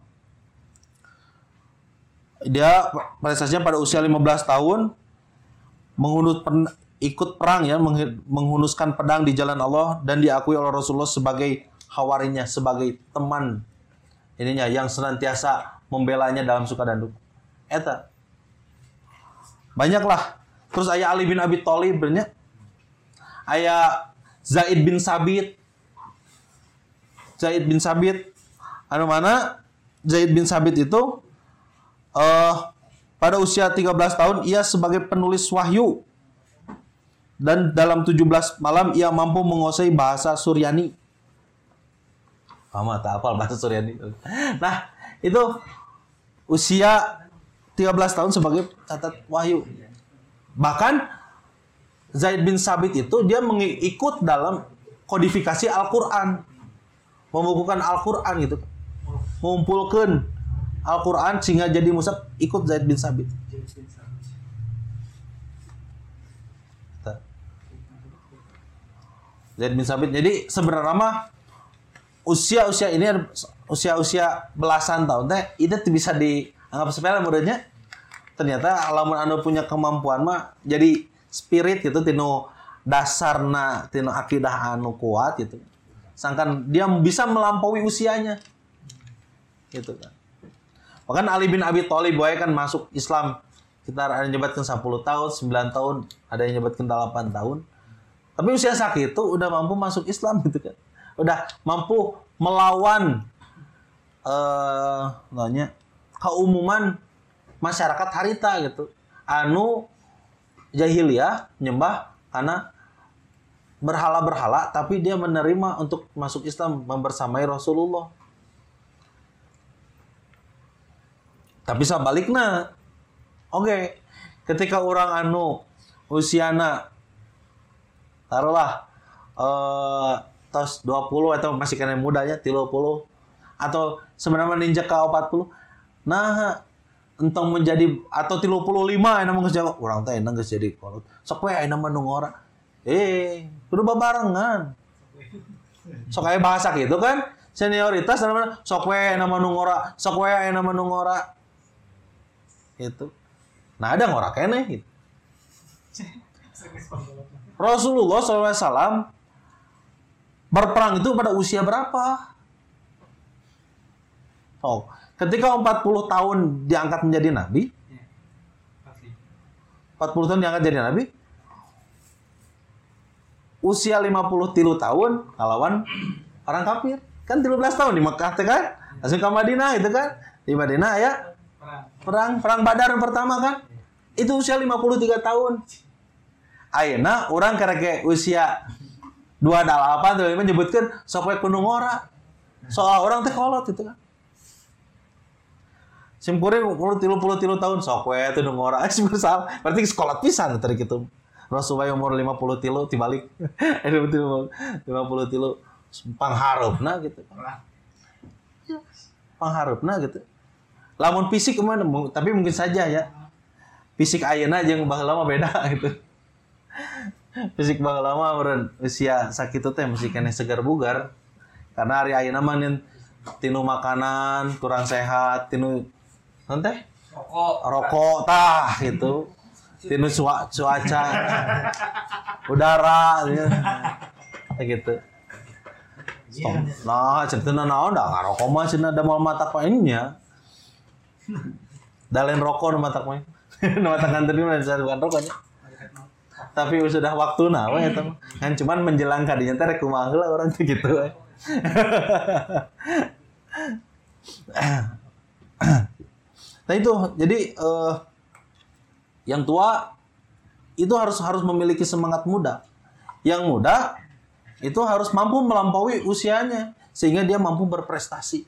dia prestasinya pada usia 15 tahun ikut perang ya, menghunuskan pedang di jalan Allah dan diakui oleh Rasulullah sebagai hawarinya, sebagai teman ininya yang senantiasa membelanya dalam suka dan duka. Eta banyaklah. Terus aya Ali bin Abi Thalib nya, aya Zaid bin Sabit. Anu mana Zaid bin Sabit itu pada usia 13 tahun ia sebagai penulis wahyu. Dan dalam 17 malam ia mampu menguasai bahasa Suryani. Mama tak hafal bahasa Suryani. Nah, itu usia 13 tahun sebagai catat wahyu. Bahkan Zaid bin Sabit itu dia mengikut dalam kodifikasi Al-Qur'an. Membukukan Al-Qur'an gitu. Mengumpulkan Al-Qur'an sehingga jadi mushaf, ikut Zaid bin Sabit. Zaid bin Sabit. Jadi sebenarnya mah usia-usia ini, usia belasan tahun teh itu bisa dianggap sepele muridnya. Ternyata lamun anu punya kemampuan mah jadi spirit gitu tinu dasarna, tinu akidah anu kuat gitu. Sangkan dia bisa melampaui usianya. Gitu kan. Bahkan Ali bin Abi Thalib wae kan masuk Islam sekitar ada yang nyebatkeun 10 tahun, 9 tahun, ada yang nyebatkeun 8 tahun. Tapi usia sakit itu udah mampu masuk Islam gitu kan. Udah mampu melawan keumuman masyarakat harita gitu. Anu jahiliyah nyembah karena berhala-berhala, tapi dia menerima untuk masuk Islam membersamai Rasulullah. Tapi sabalikna, oke, ketika orang anu usiana taruhlah tos 20 atau masih kena mudanya 30 atau sebenarnya ninjak ke 40. Nah, entong menjadi atau 35 enak geus jago. Urang teh enak geus jadi kolot. Sok we ayeuna mah nu ngora. Kudu babarengan. Sok aya bahasa gitu kan? Senioritas namanya sok we ayeuna mah nu ngora, sok we ayeuna mah nu ngora. Gitu. Nah, ada ngora keneh gitu. Rasulullah SAW berperang itu pada usia berapa? Oh, ketika 40 tahun diangkat menjadi nabi, 40 tahun diangkat jadi nabi, usia 53 tahun ngelawan orang kafir. Kan 13 tahun di Mekah kan? Langsung ke Madinah itu kan? Di Madinah ya perang Badar pertama kan? Itu usia 53 tahun. Ayeuna orang karek usia 28 tuh menyebutkan sok we kudu ngora. Soal orang teh kolot itu kan. Simkuring umur 33 tahun sok we teh ngora. Berarti sekolah pisan tadi kitu. Rasulullah umur 53 dibalik. 53 pangharupna gitu. Pangharupna gitu. Lamun fisik kemana? Tapi mungkin saja ya. Fisik ayeuna jeung baheula mah beda gitu. Fisik baheula mah meureun usia sakitu teh mesti keneh segar bugar. Karena hari ayeuna mah tinu makanan kurang sehat, tinu naon teh? Rokok tah gitu. Tinu cuaca udara gitu. Nah, centeuna naon da ngarokok mah cenah da moal matak mainnya. Dalen rokok nu matak main. Nu matak kantor mah bukan rokoknya. Tapi sudah waktuna we eta mah. Kan cuman menjelang ka dinya teh rek kumaha heula urang teh gitu we. Nah itu jadi yang tua itu harus memiliki semangat muda. Yang muda itu harus mampu melampaui usianya sehingga dia mampu berprestasi.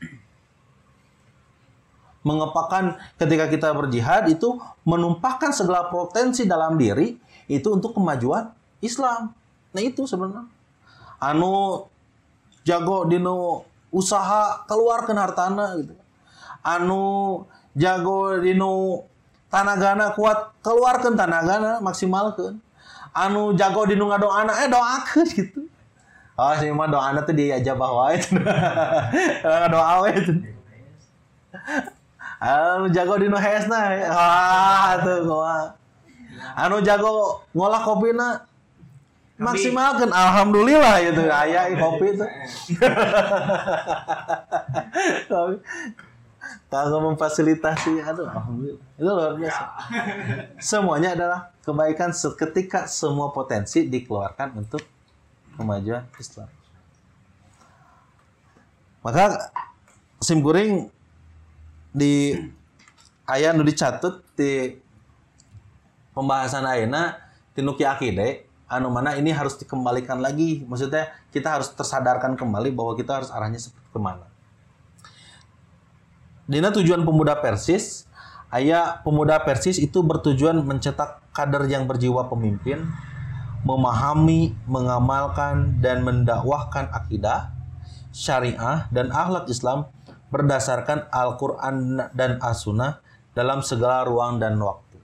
Mengepakan ketika kita berjihad itu menumpahkan segala potensi dalam diri itu untuk kemajuan Islam. Nah itu sebenarnya anu jago dino usaha keluarkeun hartana gitu. Anu jago dinu tanagana kuat, keluarkan tanagana, maksimalkan. Anu jago dinu ngadoana, doakeun gitu. Oh, sih mah doana tuh dia aja bahwa itu. Doa we itu. Anu jago dinu hesna, tuh gua. Anu jago ngolah kopina, maksimalkan. Alhamdulillah gitu, aya kopi itu. Kalau memfasilitasi, aduh, alhamdulillah. Itu luar biasa. Semuanya adalah kebaikan ketika semua potensi dikeluarkan untuk kemajuan Islam. Maka simkuring di aya nu dicatut di pembahasan ayeuna tinuki akide anu mana ini harus dikembalikan lagi. Maksudnya kita harus tersadarkan kembali bahwa kita harus arahnya seperti kemana. Dina tujuan pemuda Persis, aya pemuda Persis itu bertujuan mencetak kader yang berjiwa pemimpin, memahami, mengamalkan, dan mendakwahkan akidah, syariah, dan akhlak Islam berdasarkan Al-Quran dan As-Sunnah dalam segala ruang dan waktu.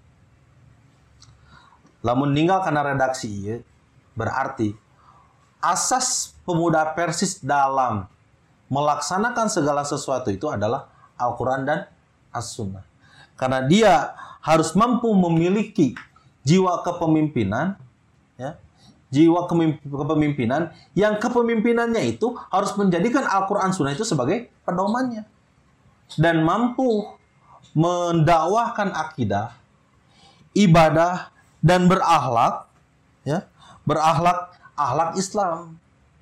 Lamun ninggal karena redaksi ieu, berarti asas pemuda Persis dalam melaksanakan segala sesuatu itu adalah Al-Quran dan As-Sunnah. Karena dia harus mampu memiliki jiwa kepemimpinan, ya, jiwa kepemimpinan yang kepemimpinannya itu harus menjadikan Al-Quran Sunnah itu sebagai pedomannya dan mampu mendakwahkan akidah, ibadah dan berakhlak, ya, akhlak Islam.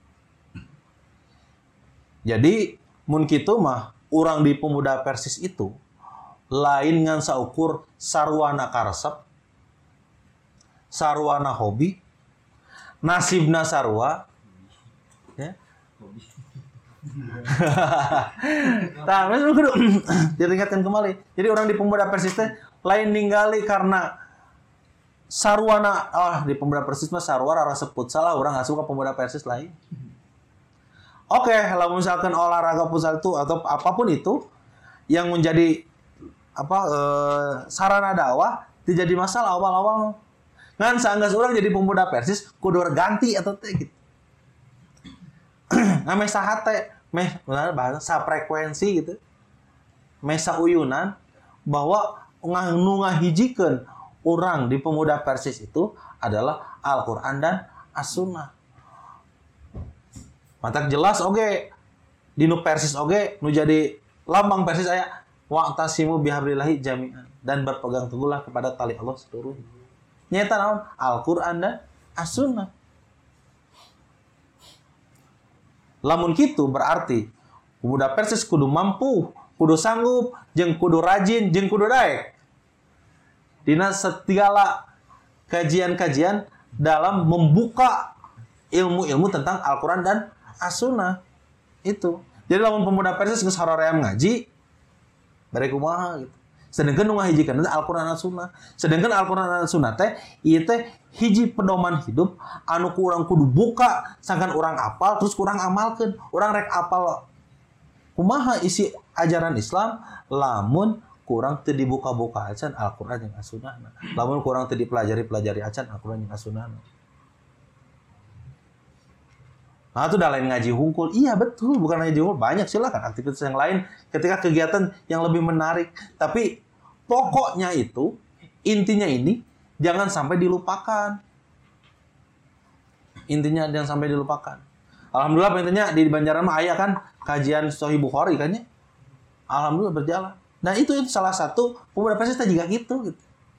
Jadi mun kitu mah urang di pemuda Persis itu lain ngan saukur sarwana karesep, sarwana hobi, nasibna sarua, ya. Tah, diingatkan kembali. Jadi orang di pemuda Persis teh lain ningali karena sarwana, di pemuda Persis mah sarwa rara seput salah, orang nggak suka pemuda Persis lain. Oke, kalau misalkan olahraga futsal itu atau apapun itu yang menjadi sarana dakwah tidak jadi masalah awal-awal. Ngan saanggeus urang jadi pemuda Persis kudu ganti atau teh gitu. Ngameh saha teh meh bahasa frekuensi gitu. Meh sauyunan bahwa nu ngahijikeun urang di pemuda Persis itu adalah Al-Qur'an dan As-Sunnah. Matak jelas oge dinu Persis oge nu jadi lambang Persis aya wa'tasimu bihablillahi jami'an dan berpegang teguhlah kepada tali Allah seluruhnya. Nyata naon? Al-Qur'an dan As-Sunnah. Lamun kitu berarti pemuda Persis kudu mampu, kudu sanggup, jeung kudu rajin, jeung kudu daek dina segala kajian-kajian dalam membuka ilmu-ilmu tentang Al-Qur'an dan As-Sunnah itu. Jadi lamun pemuda Persis geus haroream ngaji bare kumaha gitu. Sedangkan nu ngahijikeun Al-Qur'an dan As-Sunnah. Sedangkan Al-Qur'an dan As-Sunnah teh ieu teh hiji pedoman hidup anu kurang kudu buka sangkan urang apal terus kurang amalkeun. Urang rek apal kumaha isi ajaran Islam lamun kurang teu dibuka-buka acan Al-Qur'an jeung As-Sunnah. Lamun kurang teu dipelajari acan Al-Qur'an jeung As-Sunnah. Nah, itu udah lain ngaji hungkul. Iya, betul. Bukan ngaji hungkul. Banyak silakan aktivitas yang lain ketika kegiatan yang lebih menarik. Tapi pokoknya itu, intinya ini, jangan sampai dilupakan. Intinya jangan sampai dilupakan. Alhamdulillah, intinya di Banjaran mah aya kan kajian Sahih Bukhari kan ya. Alhamdulillah berjalan. Nah, itu salah satu pemuda Persis juga gitu.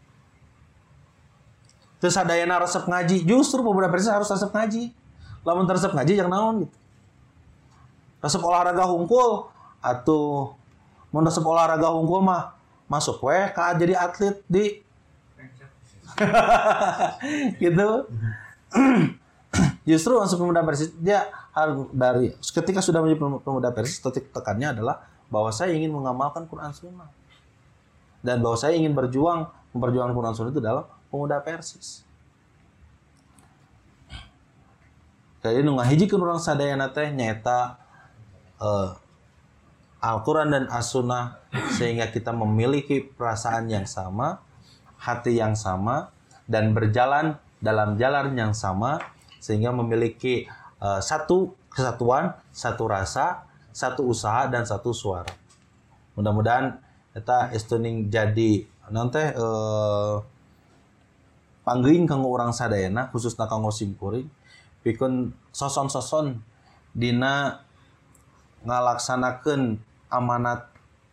Terus adayana resep ngaji. Justru pemuda Persis harus resep ngaji. Lamun resep ngaji yang naon gitu. Resep olahraga hungkul atuh mun resep olahraga hungkul mah masuk we ka jadi atlet di gitu. Justru masuk pemuda Persis dia harus dari ketika sudah menjadi pemuda Persis titik tekannya adalah bahwa saya ingin mengamalkan Quran Sunnah dan bahwa saya ingin memperjuangkan Quran Sunnah itu dalam pemuda Persis. Jadi nu ngahijikeun urang sadayana teh nyaeta Al-Quran dan As-Sunnah sehingga kita memiliki perasaan yang sama, hati yang sama, dan berjalan dalam jalan yang sama sehingga memiliki satu kesatuan, satu rasa, satu usaha, dan satu suara. Mudah-mudahan kita istuning jadi nanti panggeuing kanggo urang sadayana khususna kanggo simkuring pikeun soson-soson dina ngalaksanakeun amanat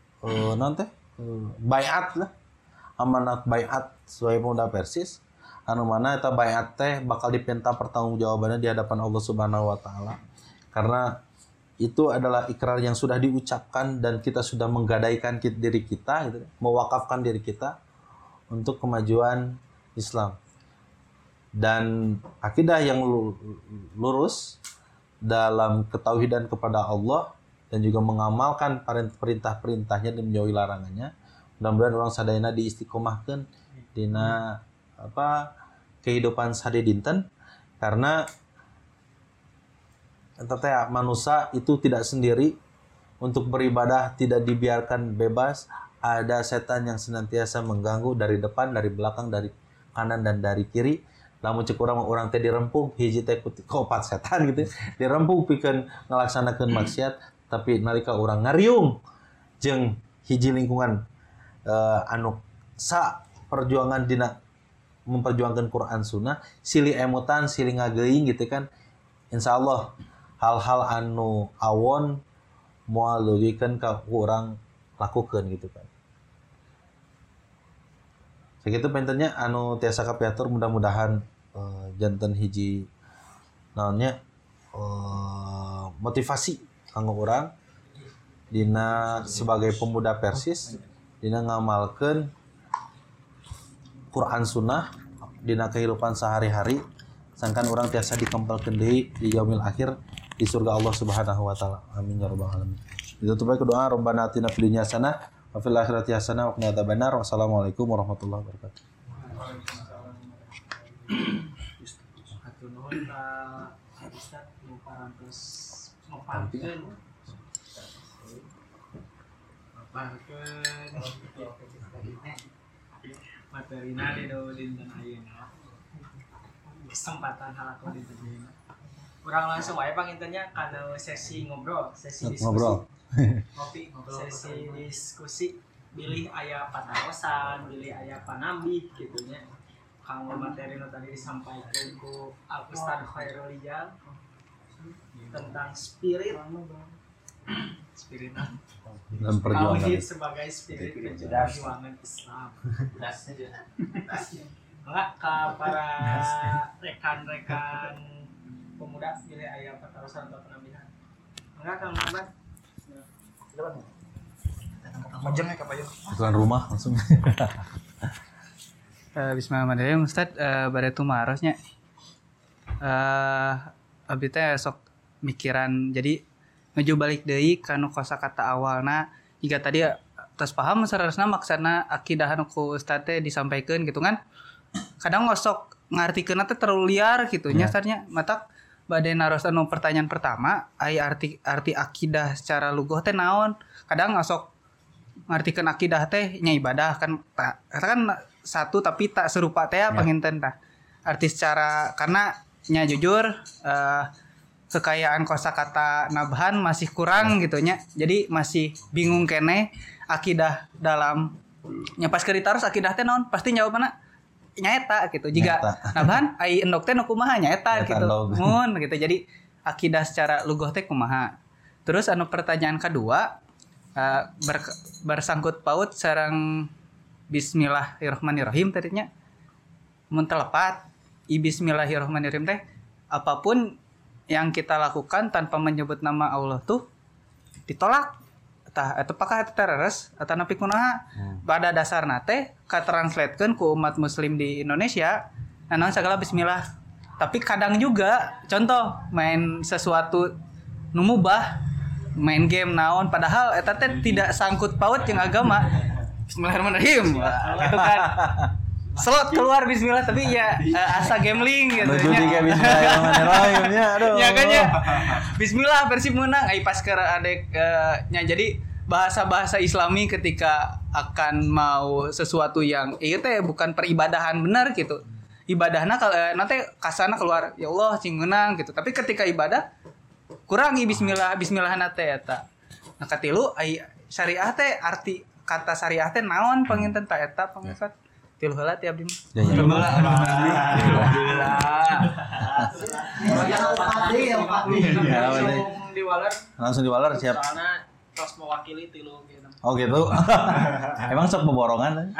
baiat lah, amanat baiat sebagai pemuda Persis anu mana eta baiat teh bakal dipinta pertanggungjawabannya di hadapan Allah Subhanahu wa taala, karena itu adalah ikrar yang sudah diucapkan dan kita sudah menggadaikan diri kita gitu, mewakafkan diri kita untuk kemajuan Islam dan akidah yang lurus dalam ketauhidan kepada Allah dan juga mengamalkan perintah-perintahnya dan menjauhi larangannya. Mudah-mudahan orang sadayana diistiqomahkeun dina kehidupan sade dinten, karena manusia itu tidak sendiri untuk beribadah, tidak dibiarkan bebas. Ada setan yang senantiasa mengganggu dari depan, dari belakang, dari kanan dan dari kiri. Lamun cek orang teh dirempuk hiji teh kopat setan gitu, dirempuk pikeun ngalaksanakeun maksiat, tapi nalika urang ngariung jeung hiji lingkungan anu sa perjuangan dina memperjuangkan Quran Sunnah, silih emutan, silih ngageuing gitu kan, insyaallah hal-hal anu awon moal leuwikeun ka urang lakukeun gitu kan. Segitu pentingnya anu tiasa kapiatur, mudah-mudahan janten hiji naonnya motivasi kanggo urang dina sebagai pemuda Persis dina ngamalkeun Quran Sunnah dina kehidupan sehari-hari, sangkan orang tiasa dikempelkeun deui di yaumil akhir di surga Allah Subhanahu wa taala. Amin ya rabbal alamin. Ditutup bae doa, Rabbana atina fid dunya hasanah wa fil akhirati hasanah wa qina adzabannar. Wassalamualaikum warahmatullahi wabarakatuh. Hatur nuhun ka Ustaz nu parantos ngoparkeun materina di dinten ayeuna. Kesempatan halako dinten ayeuna. Urang langsung wae pangintennya kana sesi ngobrol, sesi diskusi. Ngopi, sesi diskusi, bilih aya patarosan, bilih aya panambih gitu nya. Kanggo materi nu tadi disampaikan ku Ustaz Khairul Rijal tentang spirit dan perjuangan sebagai spirit perjuangan Islam. Enggak ke para rekan-rekan pemuda pilih ayam patarosan atau penampilan. Enggak Kang Muhammad. Majengnya ke payung. tuan rumah langsung. Bismillahirrahmanirrahim. Ustaz baretu marosnya. Abdi teh sok mikiran jadi nuju balik deui kana kosakata awalna. Jika tadi tos paham sarasna maksana akidah anu ku Ustaz teh disampaikeun gitu kan. Kadang ngosok ngartikeunna teh terlalu liar gitu nya sarnya. Matak bade naros anu pertanyaan pertama, aya arti akidah secara lugoh teh naon? Kadang ngosok ngartikeun akidah teh nya ibadah kan kan satu tapi tak serupa teh panginten tah. Arti secara karena nya jujur kekayaan kosakata Nabhan masih kurang gitu nya. Jadi masih bingung keneh akidah dalam nya pas keur ditaros akidah teh naon? Pasti jawabanna nyaeta gitu. Jika Nabhan ai endok teh nu kumaha nyaeta gitu. Mun gitu. Jadi akidah secara lugoh teh kumaha. Terus anu pertanyaan kedua bersangkut paut sareng Bismillahirrahmanirrahim tadinya. Mun telepat Bismillahirrahmanirrahim teh apapun yang kita lakukan tanpa menyebut nama Allah tuh ditolak. Tah eta apakah eta teroris atau napi kunaha? Pada dasarna teh katranslatekeun ku umat muslim di Indonesia naon sagala bismillah. Tapi kadang juga contoh main sesuatu nu mubah, main game naon padahal eta teh tidak sangkut paut jeung agama. Bismillahirrahmanirrahim. Gitu kan. Slot keluar bismillah tapi ya asa gambling gitu nya. Judi ge bismillahirrahmanirrahim nya aduh. Ya kan ya. Bismillah Persib menang ai pas keur adek nya jadi bahasa-bahasa Islami ketika akan mau sesuatu yang ieu teh bukan peribadahan benar gitu. Ibadahna nanti kasana keluar ya Allah cing meunang gitu. Tapi ketika ibadah kurangi bismillah teh eta. Nah katilu syariah teh arti kata syariah teh naon panginten ta eta pangesat. Tilu heula ti abdi. Ya ya. Langsung diwaler siap. Soalnya tos mewakili tilu gitu. Oh gitu. Emang sok peborongan.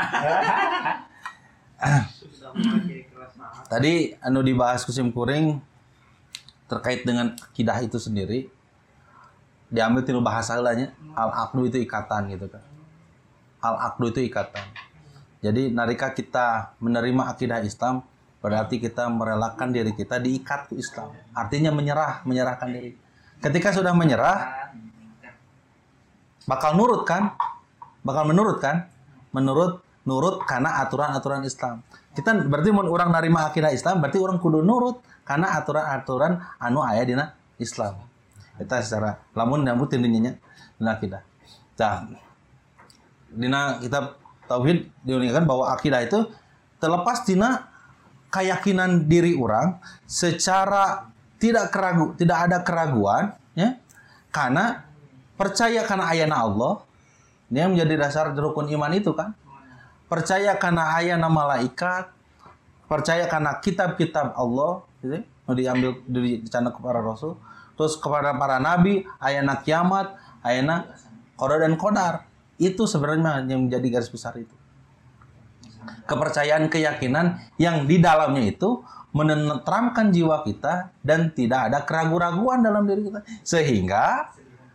Tadi anu dibahas kusim kuring terkait dengan akidah itu sendiri diambil tilu bahasa heulanya al-aqdu itu ikatan gitu kan. Al-aqdu itu ikatan. Jadi narika kita menerima akidah Islam berarti kita merelakan diri kita diikat ke Islam. Artinya menyerahkan diri. Ketika sudah menyerah bakal nurut kan? Bakal menurut kan? Nurut karena aturan-aturan Islam. Kita berarti mun urang narima akidah Islam berarti orang kudu nurut karena aturan-aturan anu aya dina Islam. Eta secara lamun nyambut tindinya dina akidah. Tah. Dina kitab tauhid diuningkan bahwa akidah itu terlepas dina keyakinan diri orang secara tidak ada keraguan ya. Karena percaya karena ayana Allah. Ini yang menjadi dasar rukun iman itu kan. Percaya karena ayana malaikat, percaya karena kitab-kitab Allah, gitu, diambil dari dicana kepada Rasul, terus kepada para nabi, ayana kiamat, ayana qada dan qadar. Itu sebenarnya yang menjadi garis besar itu. Kepercayaan keyakinan yang di dalamnya itu menenteramkan jiwa kita dan tidak ada keraguan-raguan dalam diri kita. Sehingga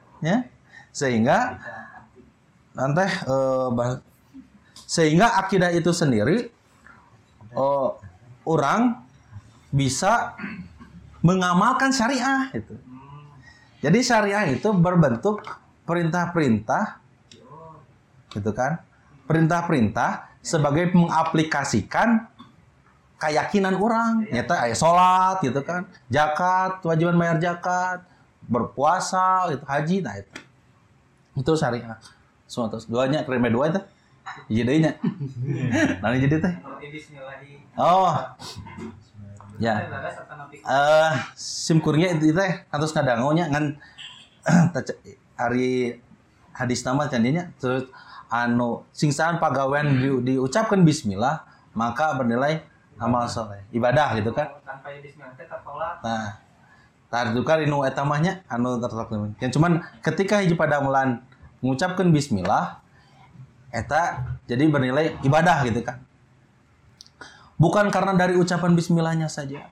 sehingga akidah itu sendiri orang bisa mengamalkan syariah itu. Jadi syariah itu berbentuk perintah-perintah gitu kan? Perintah-perintah sebagai mengaplikasikan keyakinan orang. Nyata aya salat gitu kan, zakat, kewajiban bayar zakat, berpuasa, itu haji, nah itu. Itu syariah. Semua terus duanya terima dua itu. Hiji deui nya. Nah jadi teh. Oh. Ya. Sim kuringnya itu teh kantos ngadangonya ngan ari hadis nama candinya terus anu singsaan pagawean diucapkan bismillah maka bernilai amal soleh ibadah gitu kan. Tanpa bismillah teh tertolak. Nah. Tardukar inu eta mah nya anu tertolak. Yang cuman ketika hiji padamelan mengucapkan bismillah eta jadi bernilai ibadah gitu kan. Bukan karena dari ucapan bismillahnya saja.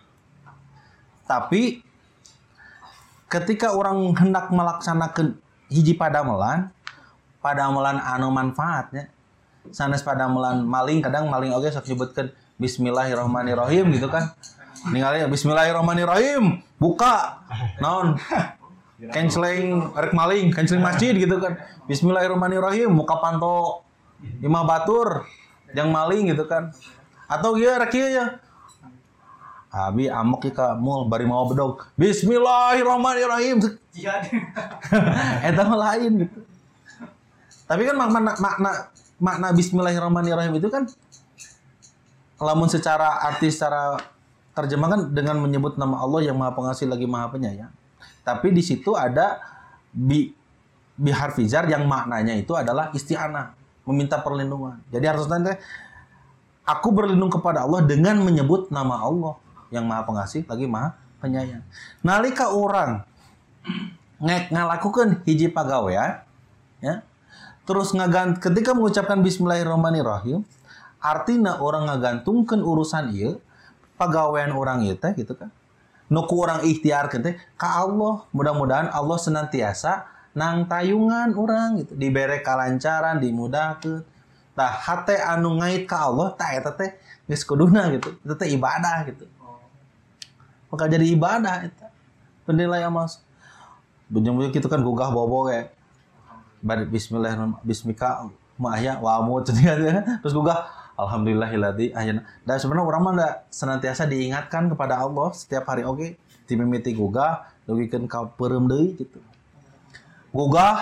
Tapi ketika orang hendak melaksanakan hiji padamelan anu manfaatnya. Sanes padamelan maling kadang maling oge sok nyebutkeun bismillahirrahmanirrahim gitu kan. Ningali bismillahirrahmanirrahim buka naon canceling rek maling, canceling masjid gitu kan. Bismillahirrahmanirrahim, muka panto imah batur yang maling gitu kan. Atau ieu rek ieu ya. Abi amok ka mul bari mau bedog. Bismillahirrahmanirrahim. Eta mah lain gitu. Tapi kan makna bismillahirrahmanirrahim itu kan lamun secara arti secara terjemahkan dengan menyebut nama Allah yang Maha Pengasih lagi Maha Penyayang. Tapi di situ ada biharfi jar yang maknanya itu adalah isti'anah, meminta perlindungan. Jadi harus nanti aku berlindung kepada Allah dengan menyebut nama Allah yang Maha Pengasih lagi Maha Penyayang. Nalika orang ngalakukeun hiji pagawean ya. Terus ketika mengucapkan bismillahirrahmanirrahim, artinya orang ngagantungkeun urusan ieu pagawean orang ieu teh gitu kan. Nuku orang ikhtiarkeun teh ka Allah. Mudah-mudahan Allah senantiasa nang tayungan orang gitu, dibere kalancaran, dimudahkeun. Tah hate anu ngait ka Allah tah eta teh geus kuduna gitu. Itu teh ibadah gitu. Maka jadi ibadah eta. Penilai amal. Bunyi-bunyi kitu kan gugah bobo kayak bari bismillahirrahmanirrahim bismika ma'ahya wa amut terus gugah alhamdulillahilladzi ahyana. Dan sebenarnya orang mah da senantiasa diingatkan kepada Allah setiap hari oge, timimiti gugah dugikeun ka peureum deui gitu. Gugah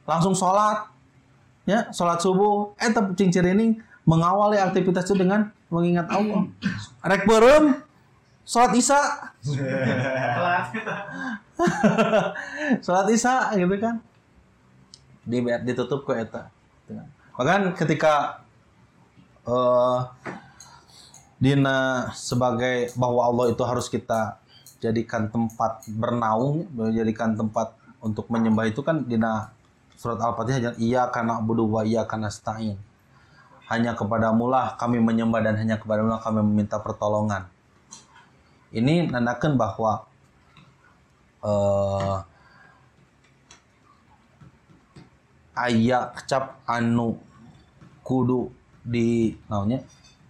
langsung sholat, ya sholat subuh, tapi cingcirining mengawali aktivitas itu dengan mengingat Allah. Rek beureum sholat isya, sholat isya gitu kan, ditutup ke eta. Bahkan ketika dina sebagai bahwa Allah itu harus kita jadikan tempat bernaung, menjadikan tempat untuk menyembah itu kan dina surat Al-Fatihah, iyyaka na'budu wa iyyaka nasta'in. Hanya kepadamu lah kami menyembah dan hanya kepadamu lah kami meminta pertolongan. Ini nandakan bahwa aya kecap anu kudu di naonnya.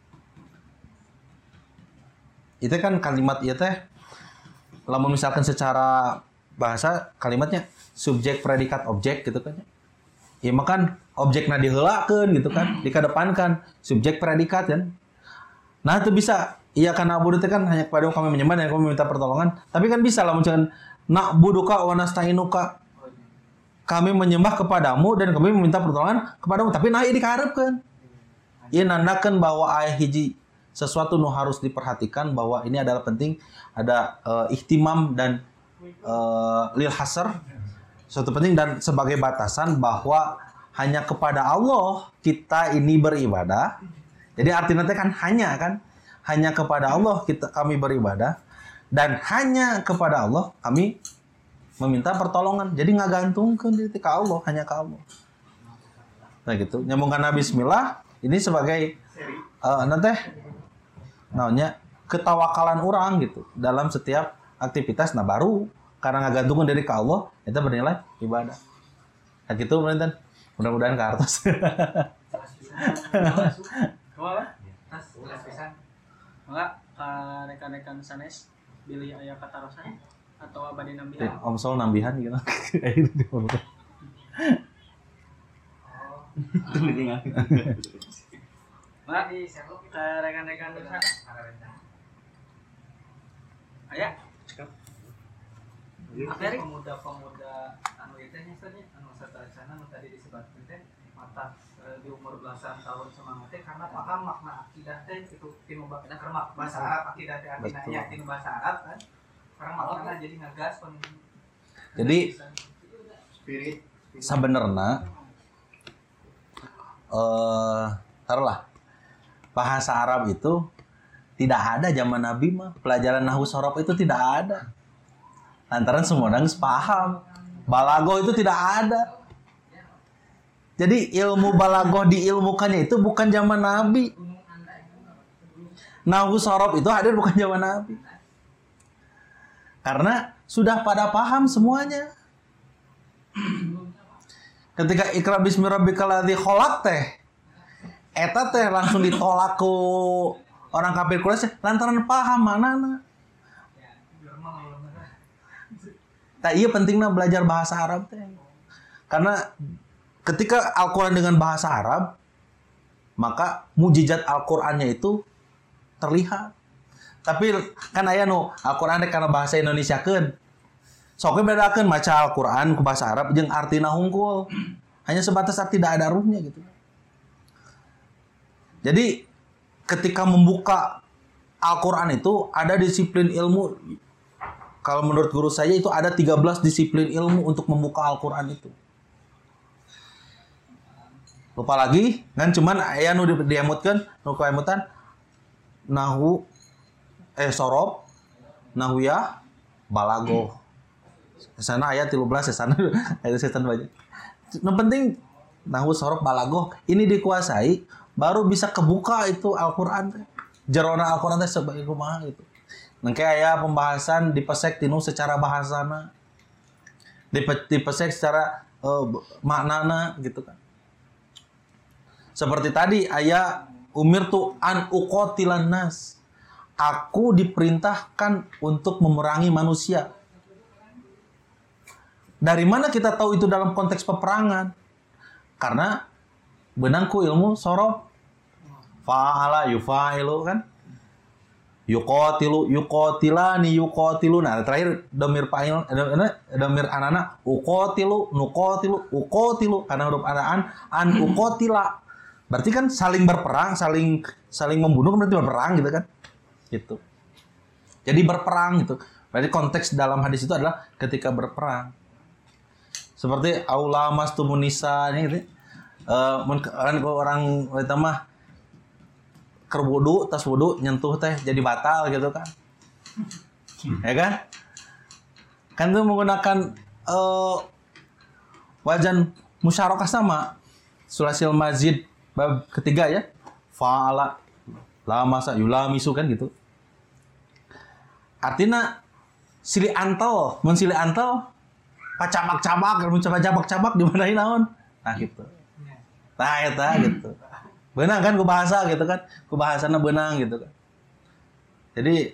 Itu kan kalimat ieu teh lamun misalkan secara bahasa kalimatnya subjek predikat objek gitu kan. Ya makan objekna diheulakeun gitu kan, dikedepankan subjek predikat kan. Nah itu bisa iya kan na'budu teh kan hanya kepada kami menyembah dan kami minta pertolongan. Tapi kan bisa lah misalkan na'buduka wa nasta'inuka. Kami menyembah kepadamu dan kami meminta pertolongan kepadamu. Tapi nah ini diharapkan. Ieu nandakeun bahwa aya hiji sesuatu nu harus diperhatikan bahwa ini adalah penting, ada ihtimam dan lil hasr, suatu penting dan sebagai batasan bahwa hanya kepada Allah kita ini beribadah. Jadi artinya kan hanya kepada Allah kami beribadah dan hanya kepada Allah kami meminta pertolongan. Jadi ngagantungkeun di ka Allah, hanya ka Allah. Nah gitu, nyambungkan bismillah ini sebagai nanti namanya ketawakalan orang gitu dalam setiap aktivitas. Nah baru karena ngagantungkan diri ke Allah itu bernilai ibadah. Nah gitu bener. Mudah-mudahan ke artos. Kumaha? Tas pisan. Enggak rekan-rekan sanes pilih aya katarosan atau abadi nambihan. Om Sol nambihan gitu. Mbak, ke rekan-rekan sana. Aya. Pemuda-pemuda anu ieu teh anu satarasana anu tadi disebutkeun teh mata di umur belasan tahun semangat teh karena paham makna akidah teh itu tinu bahasa Arab akidah teh artinya aya tinu bahasa Arab kan. Karena maknanya jadi ngagas Jadi sebenarnya taruhlah bahasa Arab itu tidak ada zaman Nabi mah. Pelajaran nahwu sorof itu tidak ada. Lantaran semua orang paham. Balagoh itu tidak ada. Jadi ilmu balagoh diilmukannya itu bukan zaman Nabi. Nahwu sorof itu hadir bukan zaman Nabi. Karena sudah pada paham semuanya. Ketika Iqra bismi rabbikal ladzi khalaq teh eta teh langsung ditolak ku orang kafir Quraisy lantaran paham manana. Tah ieu pentingna belajar bahasa Arab teh. Karena ketika Al-Qur'an dengan bahasa Arab, maka mukjizat Al-Qur'annya itu terlihat. Tapi kan aya nu Al-Qur'an teh kana bahasa Indonesiakeun. Sok bedakeun maca Al-Qur'an ku bahasa Arab jeung artina hungkul. Hanya sebatas tidak ada ruhnya gitu. Jadi ketika membuka Al-Qur'an itu ada disiplin ilmu. Kalau menurut guru saya itu ada 13 disiplin ilmu untuk membuka Al-Qur'an itu. Lupa lagi kan cuman aya nu diemutkeun, nu kaemutan nahwu sorof, nahwiyah, balagoh. Sana ayat 13 sana ayat setan banyak. Yang penting nahwu sorof balagoh ini dikuasai baru bisa kebuka itu Al-Qur'an. Jerona Al-Qur'an teh sebagai kumaha gitu. Nangke aya pembahasan dipesek tinu secara bahasana. Dipesek secara maknana gitu kan. Seperti tadi aya umirtu an uqatilan nas. Aku diperintahkan untuk memerangi manusia. Dari mana kita tahu itu dalam konteks peperangan? Karena benangku ilmu sorof. Fa'ala yufa'ilu kan. yuqatilani yuqatiluna. Terakhir domir fa'il domir anana uqatilu uqatilu karena huruf anaan an uqatila. Berarti kan saling berperang, saling membunuh berarti berperang gitu kan. Gitu. Jadi berperang gitu. Berarti konteks dalam hadis itu adalah ketika berperang. Seperti aula mastumun nisa gitu. Kan orang kita mah keur wudu, tas wudu nyentuh teh jadi batal gitu kan. Ya kan? Kan itu menggunakan wajan musyarakah sama. Sulasil mazid bab ketiga ya. Fa'ala la masa yulamisu kan gitu. Artinya sili antel, mun sili antel pacabak-cabak, mun cabak-cabak di mana naon? Nah gitu. Nah eta gitu. Benang kan ku bahasa gitu kan. Ku bahasana benang gitu kan. Jadi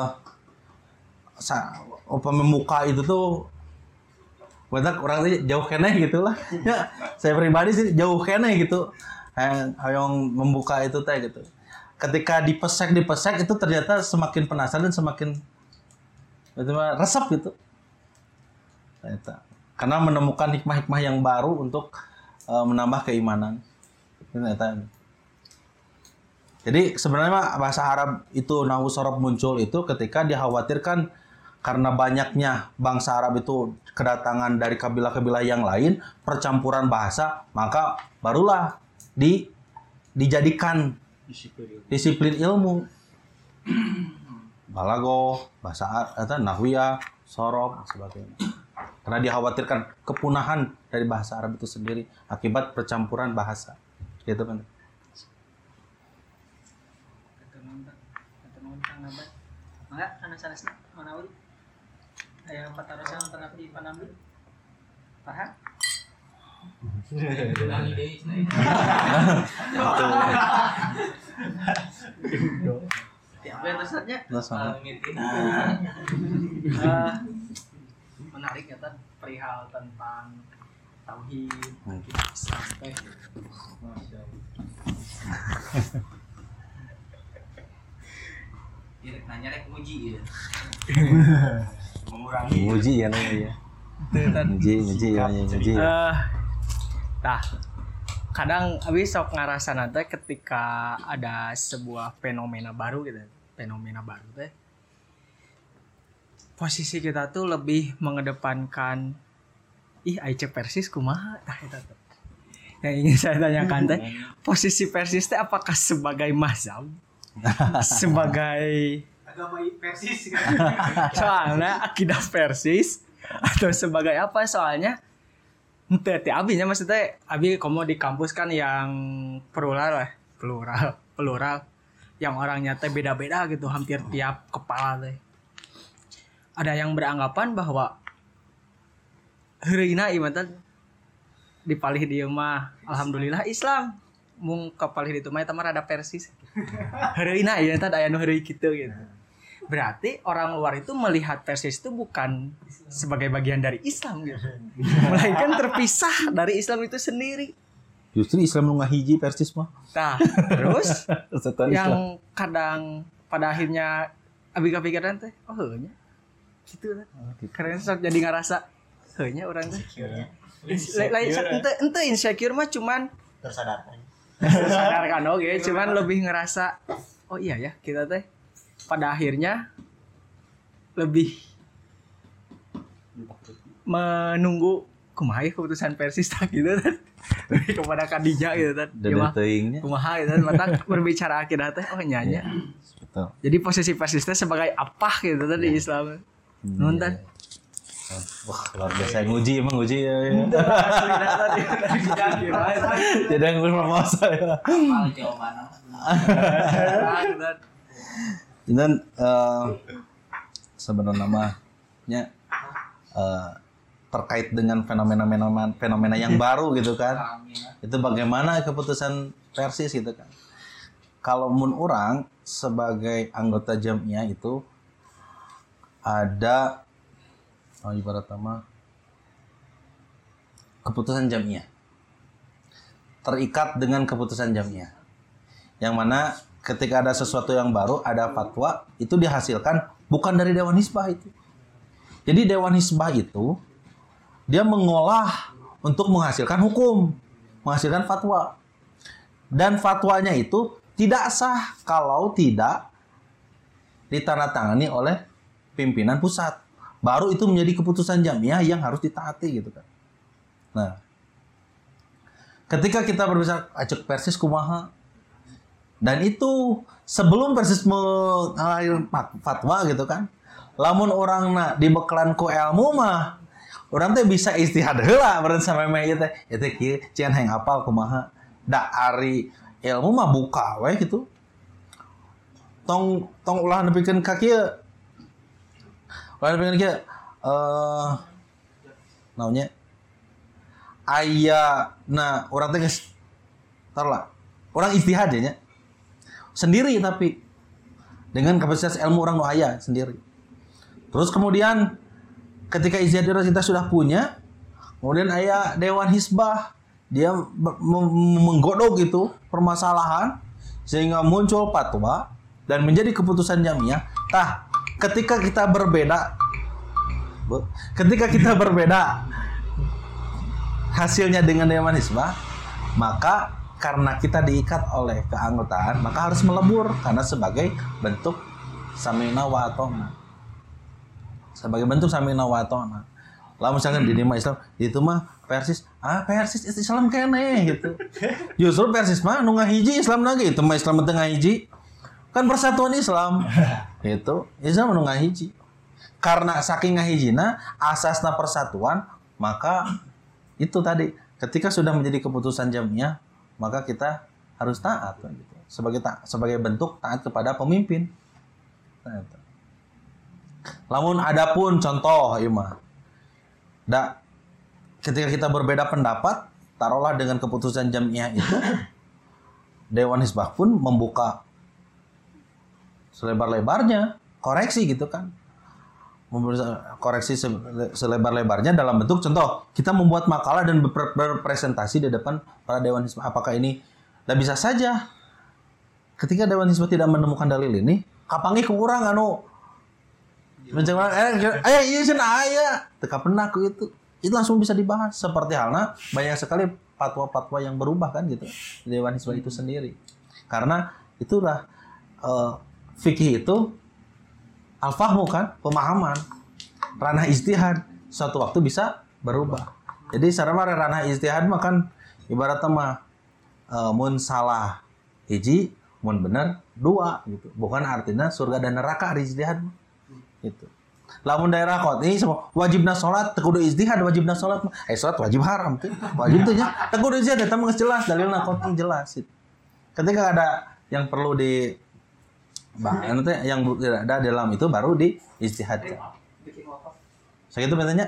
upama muka itu tuh banyak orang teh jauh keneh gitu lah. Ya, saya pribadi sih jauh keneh gitu. Hayang membuka itu teh gitu. Ketika dipesek itu ternyata semakin penasaran dan semakin resep gitu. Ternyata. Karena menemukan hikmah-hikmah yang baru untuk menambah keimanan. Ternyata. Jadi sebenarnya bahasa Arab itu nahwu sorof muncul itu ketika dikhawatirkan karena banyaknya bangsa Arab itu kedatangan dari kabilah-kabilah yang lain, percampuran bahasa, maka barulah dijadikan disiplin ilmu. Balaghah, bahasa nahwiyah, sorof, dan sebagainya. Karena dikhawatirkan kepunahan dari bahasa Arab itu sendiri akibat percampuran bahasa. Gitu kan. Enggak, karena sanesna manawi. Aya patarosan nonton abdi panambi. Paham? Ulangi deui cenah. Apa yang tersatnya? Menarik ya kan perihal tentang tauhid sampai direk nanya rek nguji ya. Mengurangi. Nguji ya namanya. Nguji ya. Tah. Kadang abis sok ngarasana teh ketika ada sebuah fenomena baru gitu. Fenomena baru teh. Posisi kita tuh lebih mengedepankan Aice Persis kumaha tah eta teh. Yang ingin saya tanyakan teh, posisi Persis teh apakah sebagai mazhab? Sebagai agama Persis soalnya akidah Persis atau sebagai apa soalnya ente abinya maksudnya abi komo di kampus kan yang plural yang orangnya teh beda-beda gitu hampir tiap kepala teh ada yang beranggapan bahwa heureuna ieu mah dipalih dieu mah alhamdulillah Islam mung kapalih ditu mah eta mah rada Persis. Heureuna ieu teh aya nu heureuy kitu gitu. Berarti orang luar itu melihat Persis itu bukan sebagai bagian dari Islam gitu. Melainkan terpisah dari Islam itu sendiri. Justru Islam nu ngahiji Persis mah. Nah, terus yang kadang pada akhirnya abi kapikiran teh, oh heunya. Gitu kan. Karena sok jadi ngarasa heunya urang teh. Lain ente insecure mah cuman tersadarkan oke, cuman lebih ngerasa oh iya ya kita teh pada akhirnya lebih menunggu kumaha keputusan Persis tak gitu kan lebih kepada Khadijah gitu kan kumaha gitu kan mata berbicara akidah teh oh nyanya betul. Jadi posisi Persis teh sebagai apa gitu kan di Islam nonton. Wah, luar biasa nguji ya. Jadi yang berpromosi ya. Dan sebenarnya namanya terkait dengan fenomena yang baru gitu kan. Itu bagaimana keputusan Persis gitu kan. Kalau mun orang sebagai anggota Jamiah itu ada ibarat nama keputusan Jamiah terikat dengan keputusan Jamiah yang mana ketika ada sesuatu yang baru, ada fatwa, itu dihasilkan bukan dari Dewan Hizbah itu. Jadi Dewan Hizbah itu dia mengolah untuk menghasilkan hukum, menghasilkan fatwa. Dan fatwanya itu tidak sah kalau tidak ditandatangani oleh pimpinan pusat. Baru itu menjadi keputusan jamiah yang harus ditaati gitu kan. Nah, ketika kita berbicara ajak Persis kumaha, dan itu sebelum Persis mengalami fatwa gitu kan, lamun orang dibekalan ku ilmu mah orang teh bisa istihad heula beren samemeh ieu teh kieu cian hayang apal kumaha da ari ilmu mah buka we gitu tong ulah nepikeun ka kieu ulah nepikeun kieu naonnya aya urang teh geus tarlah orang istihad ya nya sendiri tapi dengan kapasitas ilmu orang nu aya sendiri. Terus kemudian ketika ijtihad kita sudah punya, kemudian aya Dewan Hizbah, dia menggodok gitu permasalahan sehingga muncul fatwa dan menjadi keputusan jamiah. Tah, ketika kita berbeda hasilnya dengan Dewan Hizbah, maka karena kita diikat oleh keanggotaan, maka harus melebur karena sebagai bentuk samina wa atona. Sebagai bentuk samina wa atona. Lah misalkan di lima Islam, itu mah Persis Islam kene gitu. Justru Persis mah nu ngahiji Islam lagi, itu mah Islam teu ngahiji. Kan persatuan Islam. Itu Islam nu ngahiji. Karena saking ngahijina asasna persatuan, maka itu tadi ketika sudah menjadi keputusan jamiah, maka kita harus taat gitu. Sebagai bentuk taat kepada pemimpin. Nah, lamun adapun contoh ieu mah. Ketika kita berbeda pendapat, taruhlah dengan keputusan jamiah itu Dewan Hizbah pun membuka selebar-lebarnya koreksi gitu kan. Koreksi selebar-lebarnya dalam bentuk contoh kita membuat makalah dan berpresentasi di depan para Dewan Hizbah. Apakah ini bisa saja ketika Dewan Hizbah tidak menemukan dalil ini kapangi ke urang anu mencengkelang iya cenah aya teu kapena ku itu langsung bisa dibahas. Seperti halnya banyak sekali fatwa-fatwa yang berubah kan gitu Dewan Hizbah itu sendiri, karena itulah fikih itu al-fahmu kan, pemahaman. Ranah ijtihad suatu waktu bisa berubah. Jadi sareng ranah ijtihad mah kan ibaratnya mah mun salah hiji, mun bener dua gitu. Bukan artinya surga dan neraka ari ijtihad gitu. Lamun daerah kot ini semua wajibna salat teu kudu ijtihad, wajibna salat mah salat wajib haram teh. Wajib teh nya teu kudu ijtihad eta mah jelas dalilna kot jelas gitu. Ketika ada yang perlu di nanti yang tidak ada dalam itu baru diijtihadkan. Segitu betulnya.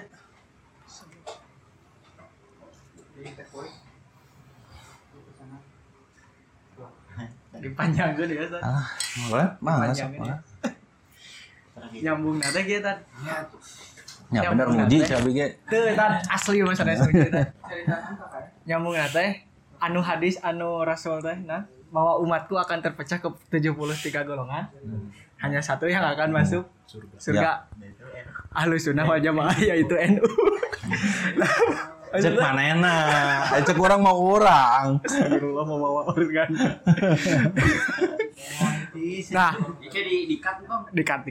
Dipanjangkeun ya Ustaz. Boleh? Mangga. Nyambung nate kieu Tan. Ya bener muji cabi ge. Teu Tan asli mah sanes cerita. Nyambung nate anu hadis anu Rasul teh nah bahwa umatku akan terpecah ke 73 golongan. Hanya satu yang akan masuk surga. Ahlus Sunnah wal Jamaah yaitu NU. Cek manehna? Cek urang mau urang. Astagfirullah mau bawa organ. Nah, dikat.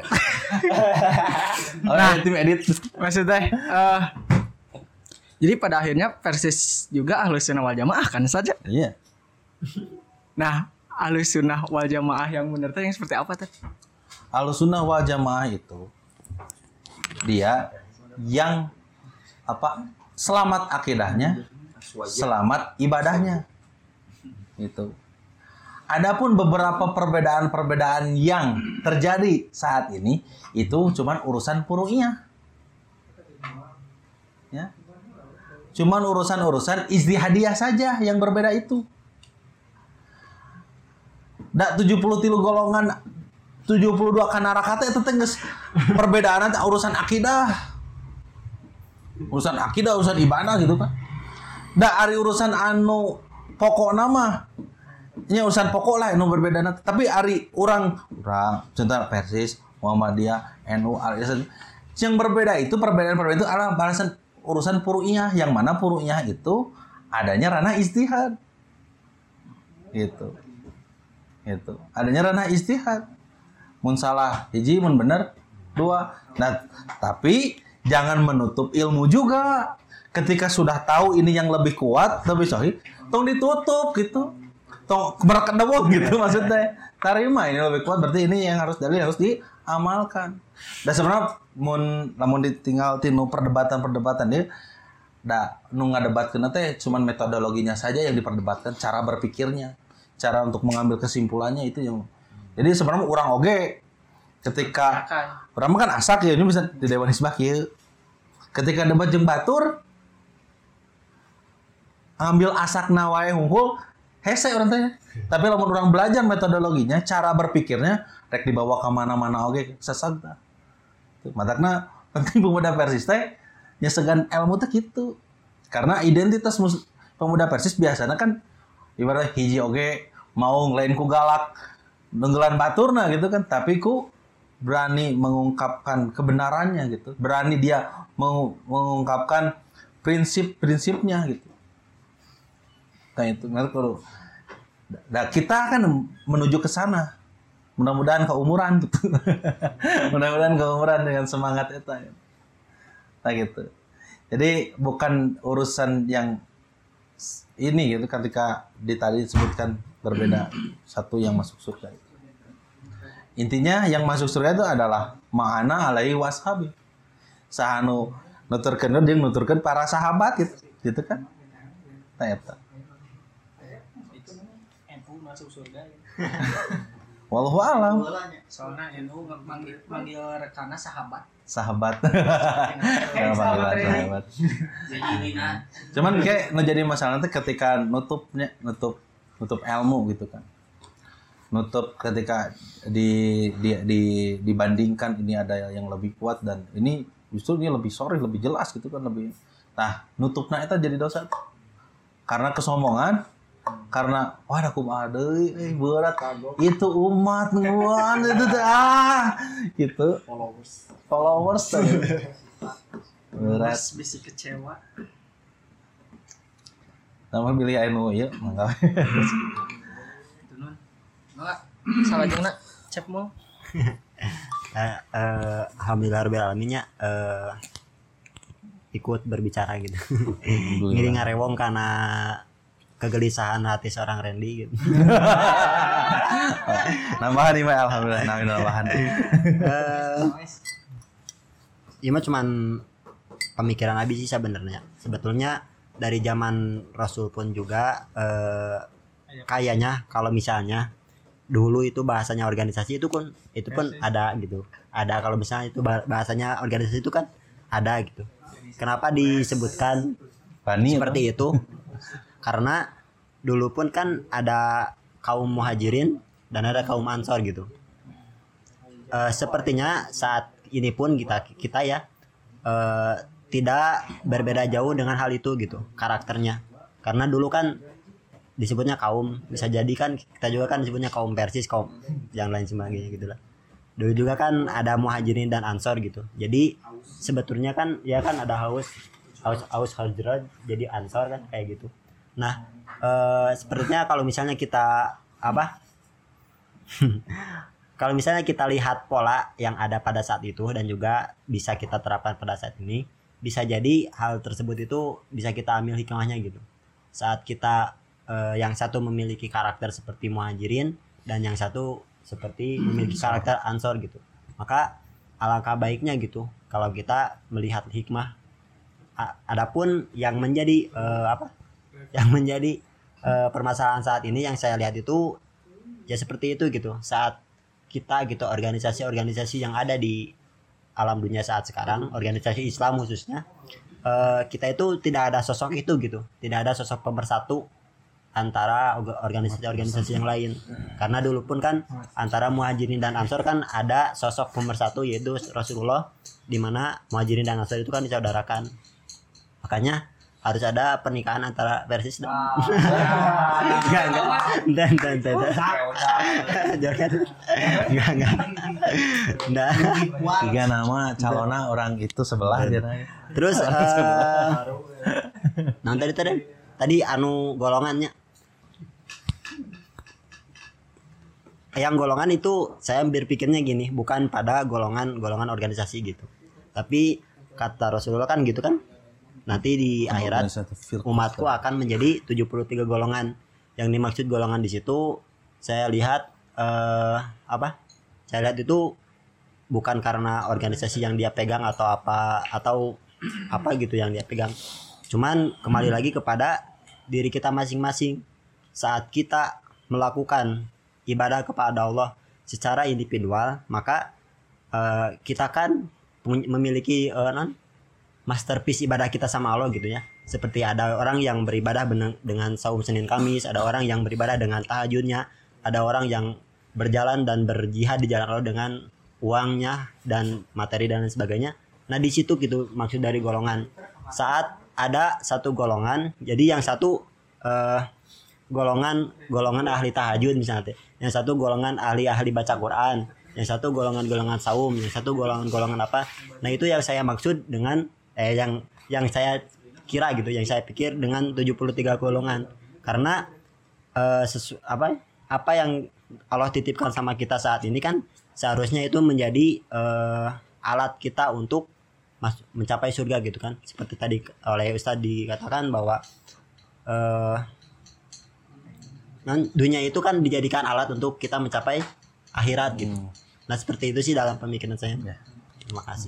Nah, tim edit. Maksudnya jadi pada akhirnya Persis juga Ahlus Sunnah wal Jamaah kan saja. Iya. Nah, Ahlus Sunnah wal Jamaah yang benar yang seperti apa teh? Ahlus Sunnah wal Jamaah itu dia yang selamat akidahnya, selamat ibadahnya. Itu. Adapun beberapa perbedaan-perbedaan yang terjadi saat ini itu cuman urusan furu'iyah. Ya. Cuman urusan-urusan ijtihadiyah saja yang berbeda itu. 73 golongan 72 kanaraka teh itu geus perbedaan urusan akidah. Urusan akidah, urusan ibadah gitu kan. Da ari urusan anu pokokna mah nya urusan pokok lah nu berbeda tapi ari orang contoh Persis, Muhammadiyah, NU, ASN yang berbeda itu perbedaan itu adalah bahasan urusan furu'iyah yang mana furu'iyah itu adanya ranah ijtihad. Gitu. Adanya ranah ijtihad. Mun salah hiji, mun bener dua. Nah, tapi jangan menutup ilmu juga. Ketika sudah tahu ini yang lebih kuat, lebih sahih, tong ditutup gitu. Tong berkedewok gitu maksudnya. Tarima ini lebih kuat berarti ini yang harus diamalkan. Dan sebenarnya namun ditinggal tinu perdebatan dia nu ngadebatkeun teh cuman metodologinya saja yang diperdebatkan, cara berpikirnya, cara untuk mengambil kesimpulannya itu yang. Jadi sebenarnya orang oge ketika orang kan asak ya ini bisa di Dewan Hizbah kieu. Ketika debat jeung batur ambil asakna wae hungkul hese orang teh. Tapi lamun orang belajar metodologinya, cara berpikirnya rek dibawa ke mana-mana oge sasagda. Matakna penting pemuda Persis teh nyesegan ilmu teh kitu. Karena identitas pemuda Persis biasanya kan ibarat hiji oge mau ngelain ku galak nenggelan baturna gitu kan, tapi ku berani mengungkapkan kebenarannya gitu. Berani dia mengungkapkan prinsip-prinsipnya gitu. Nah itu kalau kita kan menuju ke sana. Mudah-mudahan keumuran gitu. Mudah-mudahan keumuran dengan semangat itu. Nah gitu. Jadi bukan urusan yang ini gitu ketika tadi disebutkan berbeda satu yang masuk surga. Intinya yang masuk surga itu adalah ma'ana alaihi washabi. Sahanu nuturkeun jeung nuturkeun para sahabat gitu kan. Nah eta. Itu NU masuk surga. Wallahu a'lam. Soalnya NU manggil rekanna sahabat. Sahabat. Jadi Cuman kayak jadi masalah nanti ketika nutup ilmu gitu kan. Nutup ketika dibandingkan ini ada yang lebih kuat dan ini justru ini lebih sorry, lebih jelas gitu kan lebih. Nah, nutupnya itu jadi dosa. Karena kesombongan, karena wah ada kumaha deui berat itu umat nguan itu gitu. Followers berat bisa kecewa. Nama pilih NU ya, mangga. Enggak, salah jeung nak cep mau. Alhamdulillah rabbil alamin ikut berbicara gitu. Ngiri ngarewong karena kegelisahan hati seorang Randy gitu. Nambahan nih, alhamdulillah nambahan. Iya mah cuman pemikiran Abi sih sebenarnya. Sebetulnya dari zaman Rasul pun juga kayaknya kalau misalnya dulu itu bahasanya organisasi itu pun ada gitu. Ada kalau misalnya itu bahasanya organisasi itu kan ada gitu. Kenapa disebutkan seperti itu? Karena dulu pun kan ada kaum muhajirin dan ada kaum ansor gitu. Sepertinya saat ini pun kita ya tidak berbeda jauh dengan hal itu gitu karakternya. Karena dulu kan disebutnya kaum, bisa jadi kan kita juga kan disebutnya kaum Persis, kaum yang lain sebagainya gitulah. Dulu juga kan ada muhajirin dan ansor gitu. Jadi sebetulnya kan ya kan ada Aus Hazraj jadi ansor kan kayak gitu. Nah, sepertinya kalau misalnya kita kalau misalnya kita lihat pola yang ada pada saat itu dan juga bisa kita terapkan pada saat ini, bisa jadi hal tersebut itu bisa kita ambil hikmahnya gitu. Saat kita yang satu memiliki karakter seperti muhajirin dan yang satu seperti memiliki karakter ansor gitu. Maka alangkah baiknya gitu kalau kita melihat hikmah. Adapun yang menjadi permasalahan saat ini yang saya lihat itu ya seperti itu gitu. Saat kita gitu organisasi-organisasi yang ada di alam dunia saat sekarang, organisasi Islam khususnya, kita itu tidak ada sosok itu gitu. Tidak ada sosok pemersatu antara organisasi-organisasi yang lain. Karena dulu pun kan antara muhajirin dan ansor kan ada sosok pemersatu yaitu Rasulullah, di mana muhajirin dan ansor itu kan disaudarakan. Makanya harus ada pernikahan antara Persis dan enggak Tiga nama calona orang itu sebelah aja. Terus nah tadi anu golongannya yang golongan itu saya berpikirnya gini, bukan pada golongan organisasi gitu, tapi kata Rasulullah kan gitu kan, nanti di akhirat umatku akan menjadi 73 golongan. Yang dimaksud golongan di situ saya lihat saya lihat itu bukan karena organisasi yang dia pegang atau apa gitu yang dia pegang, cuman kembali lagi kepada diri kita masing-masing. Saat kita melakukan ibadah kepada Allah secara individual, maka kita kan memiliki masterpiece ibadah kita sama Allah gitu ya. Seperti ada orang yang beribadah dengan saum Senin Kamis, ada orang yang beribadah dengan tahajudnya, ada orang yang berjalan dan berjihad di jalan Allah dengan uangnya dan materi dan lain sebagainya. Nah di situ gitu maksud dari golongan. Saat ada satu golongan, jadi yang satu golongan ahli tahajud misalnya, yang satu golongan ahli baca Quran, yang satu golongan saum, yang satu golongan apa. Nah itu yang saya maksud dengan yang saya kira gitu, yang saya pikir dengan 73 golongan. Karena apa yang Allah titipkan sama kita saat ini kan seharusnya itu menjadi alat kita untuk mencapai surga gitu kan. Seperti tadi oleh Ustadz dikatakan bahwa dunia itu kan dijadikan alat untuk kita mencapai akhirat gitu. Nah seperti itu sih dalam pemikiran saya. Terima kasih.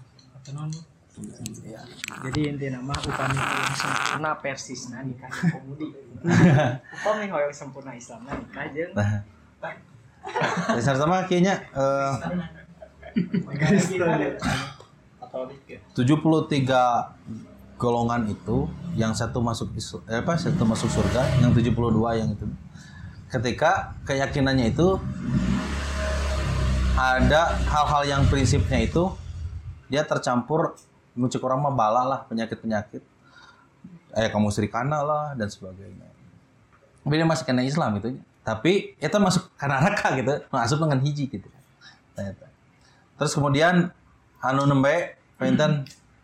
Jadi inti nama upami yang sempurna Persisna nikah komudi. Upami hoyong sempurna Islamna nikah jeung. Dasar sama kayaknya 73 golongan itu, yang satu masuk satu masuk surga, yang 72 yang itu. Ketika keyakinannya itu ada hal-hal yang prinsipnya itu dia tercampur, muncul orang mah bala lah, penyakit-penyakit kamu serikana lah dan sebagainya. Tapi dia masih kena Islam gitu. Tapi itu masuk ke neraka gitu, masuk dengan hiji gitu. Terus kemudian anu nembe penten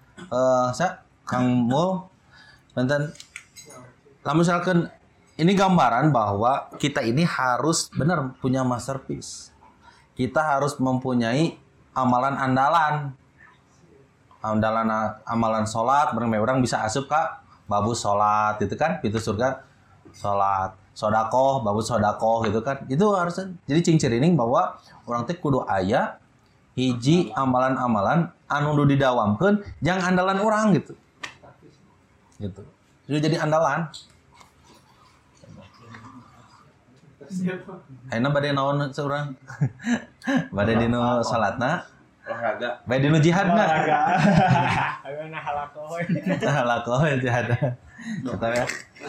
Kang Mul penten lamun misalkan ini gambaran bahwa kita ini harus benar punya masterpiece. Kita harus mempunyai amalan andalan. Amalan sholat, orang bisa asup kak babu sholat itu kan, pintu surga sholat, sodakoh, babu sodakoh gitu kan, itu harusnya jadi cincirining bahwa orang teh kudu aya hiji amalan-amalan anu nu didawamkeun jang andalan orang gitu itu jadi andalan. Ayeuna bade naon seurang bade dino salatna olahraga. Bae dinu jihadna. Ayeuna halakoh. Halakoh jihad. Eta ya.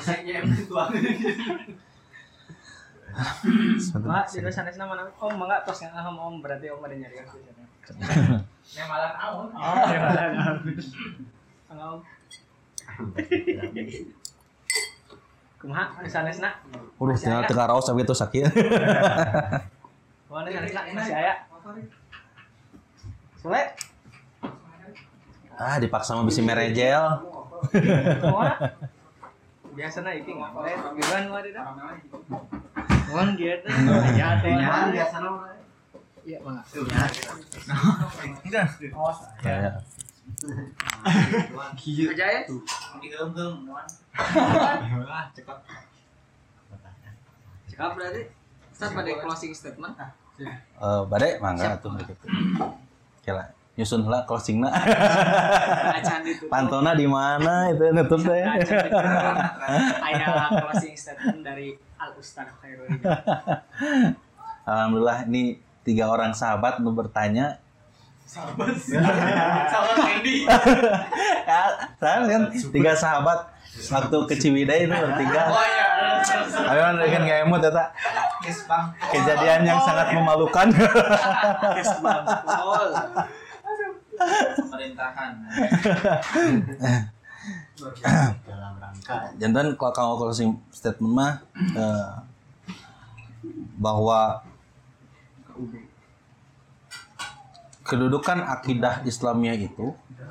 Mak, dino sanesna mana? Om mangga tos ngaham om berarti om ada nyari aku sana. Nemalan aun. Oh, nemalan aun. Om. Kumaha sanesna? Udah tinggal teu karaos tapi itu sakit. Mana sanesna masih aya? Sule? Dipaksa mah bisi merejel. Biasana iki ngapre panggilan mah dah. Mohon gitu. Ya teh biasana mah. Iya, Bang. Udah. Oh, saya. Aja ya. Digeum-geum moal. Cekap. Cekap berarti start pada closing statement. Bade mangga atuh gitu. Kira nyusun heula closingna. Pantona di mana itu nutup teh. Aya closing statement dari Al Ustaz Khairul. Alhamdulillah ini 3 orang sahabat nu bertanya. Sahabat Andy. Saya kan 3 sahabat waktu ke Ciwidey itu bertiga. Oh iya. Ayo kan enggak emot eta. Kejadian yang sangat memalukan. Pemerintahan. Jantan kalau closing statement mah bahwa kedudukan akidah Islamiyah itu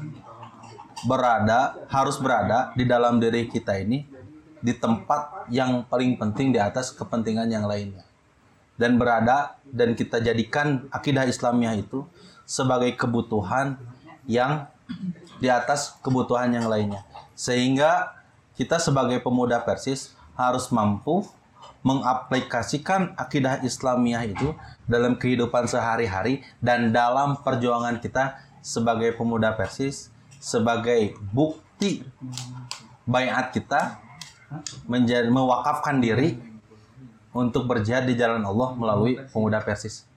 harus berada di dalam diri kita ini di tempat yang paling penting di atas kepentingan yang lainnya. Dan kita jadikan akidah Islamiyah itu sebagai kebutuhan yang di atas kebutuhan yang lainnya. Sehingga kita sebagai pemuda Persis harus mampu mengaplikasikan akidah Islamiyah itu dalam kehidupan sehari-hari dan dalam perjuangan kita sebagai pemuda Persis, sebagai bukti baiat kita mewakafkan diri untuk berjihad di jalan Allah melalui pemuda Persis.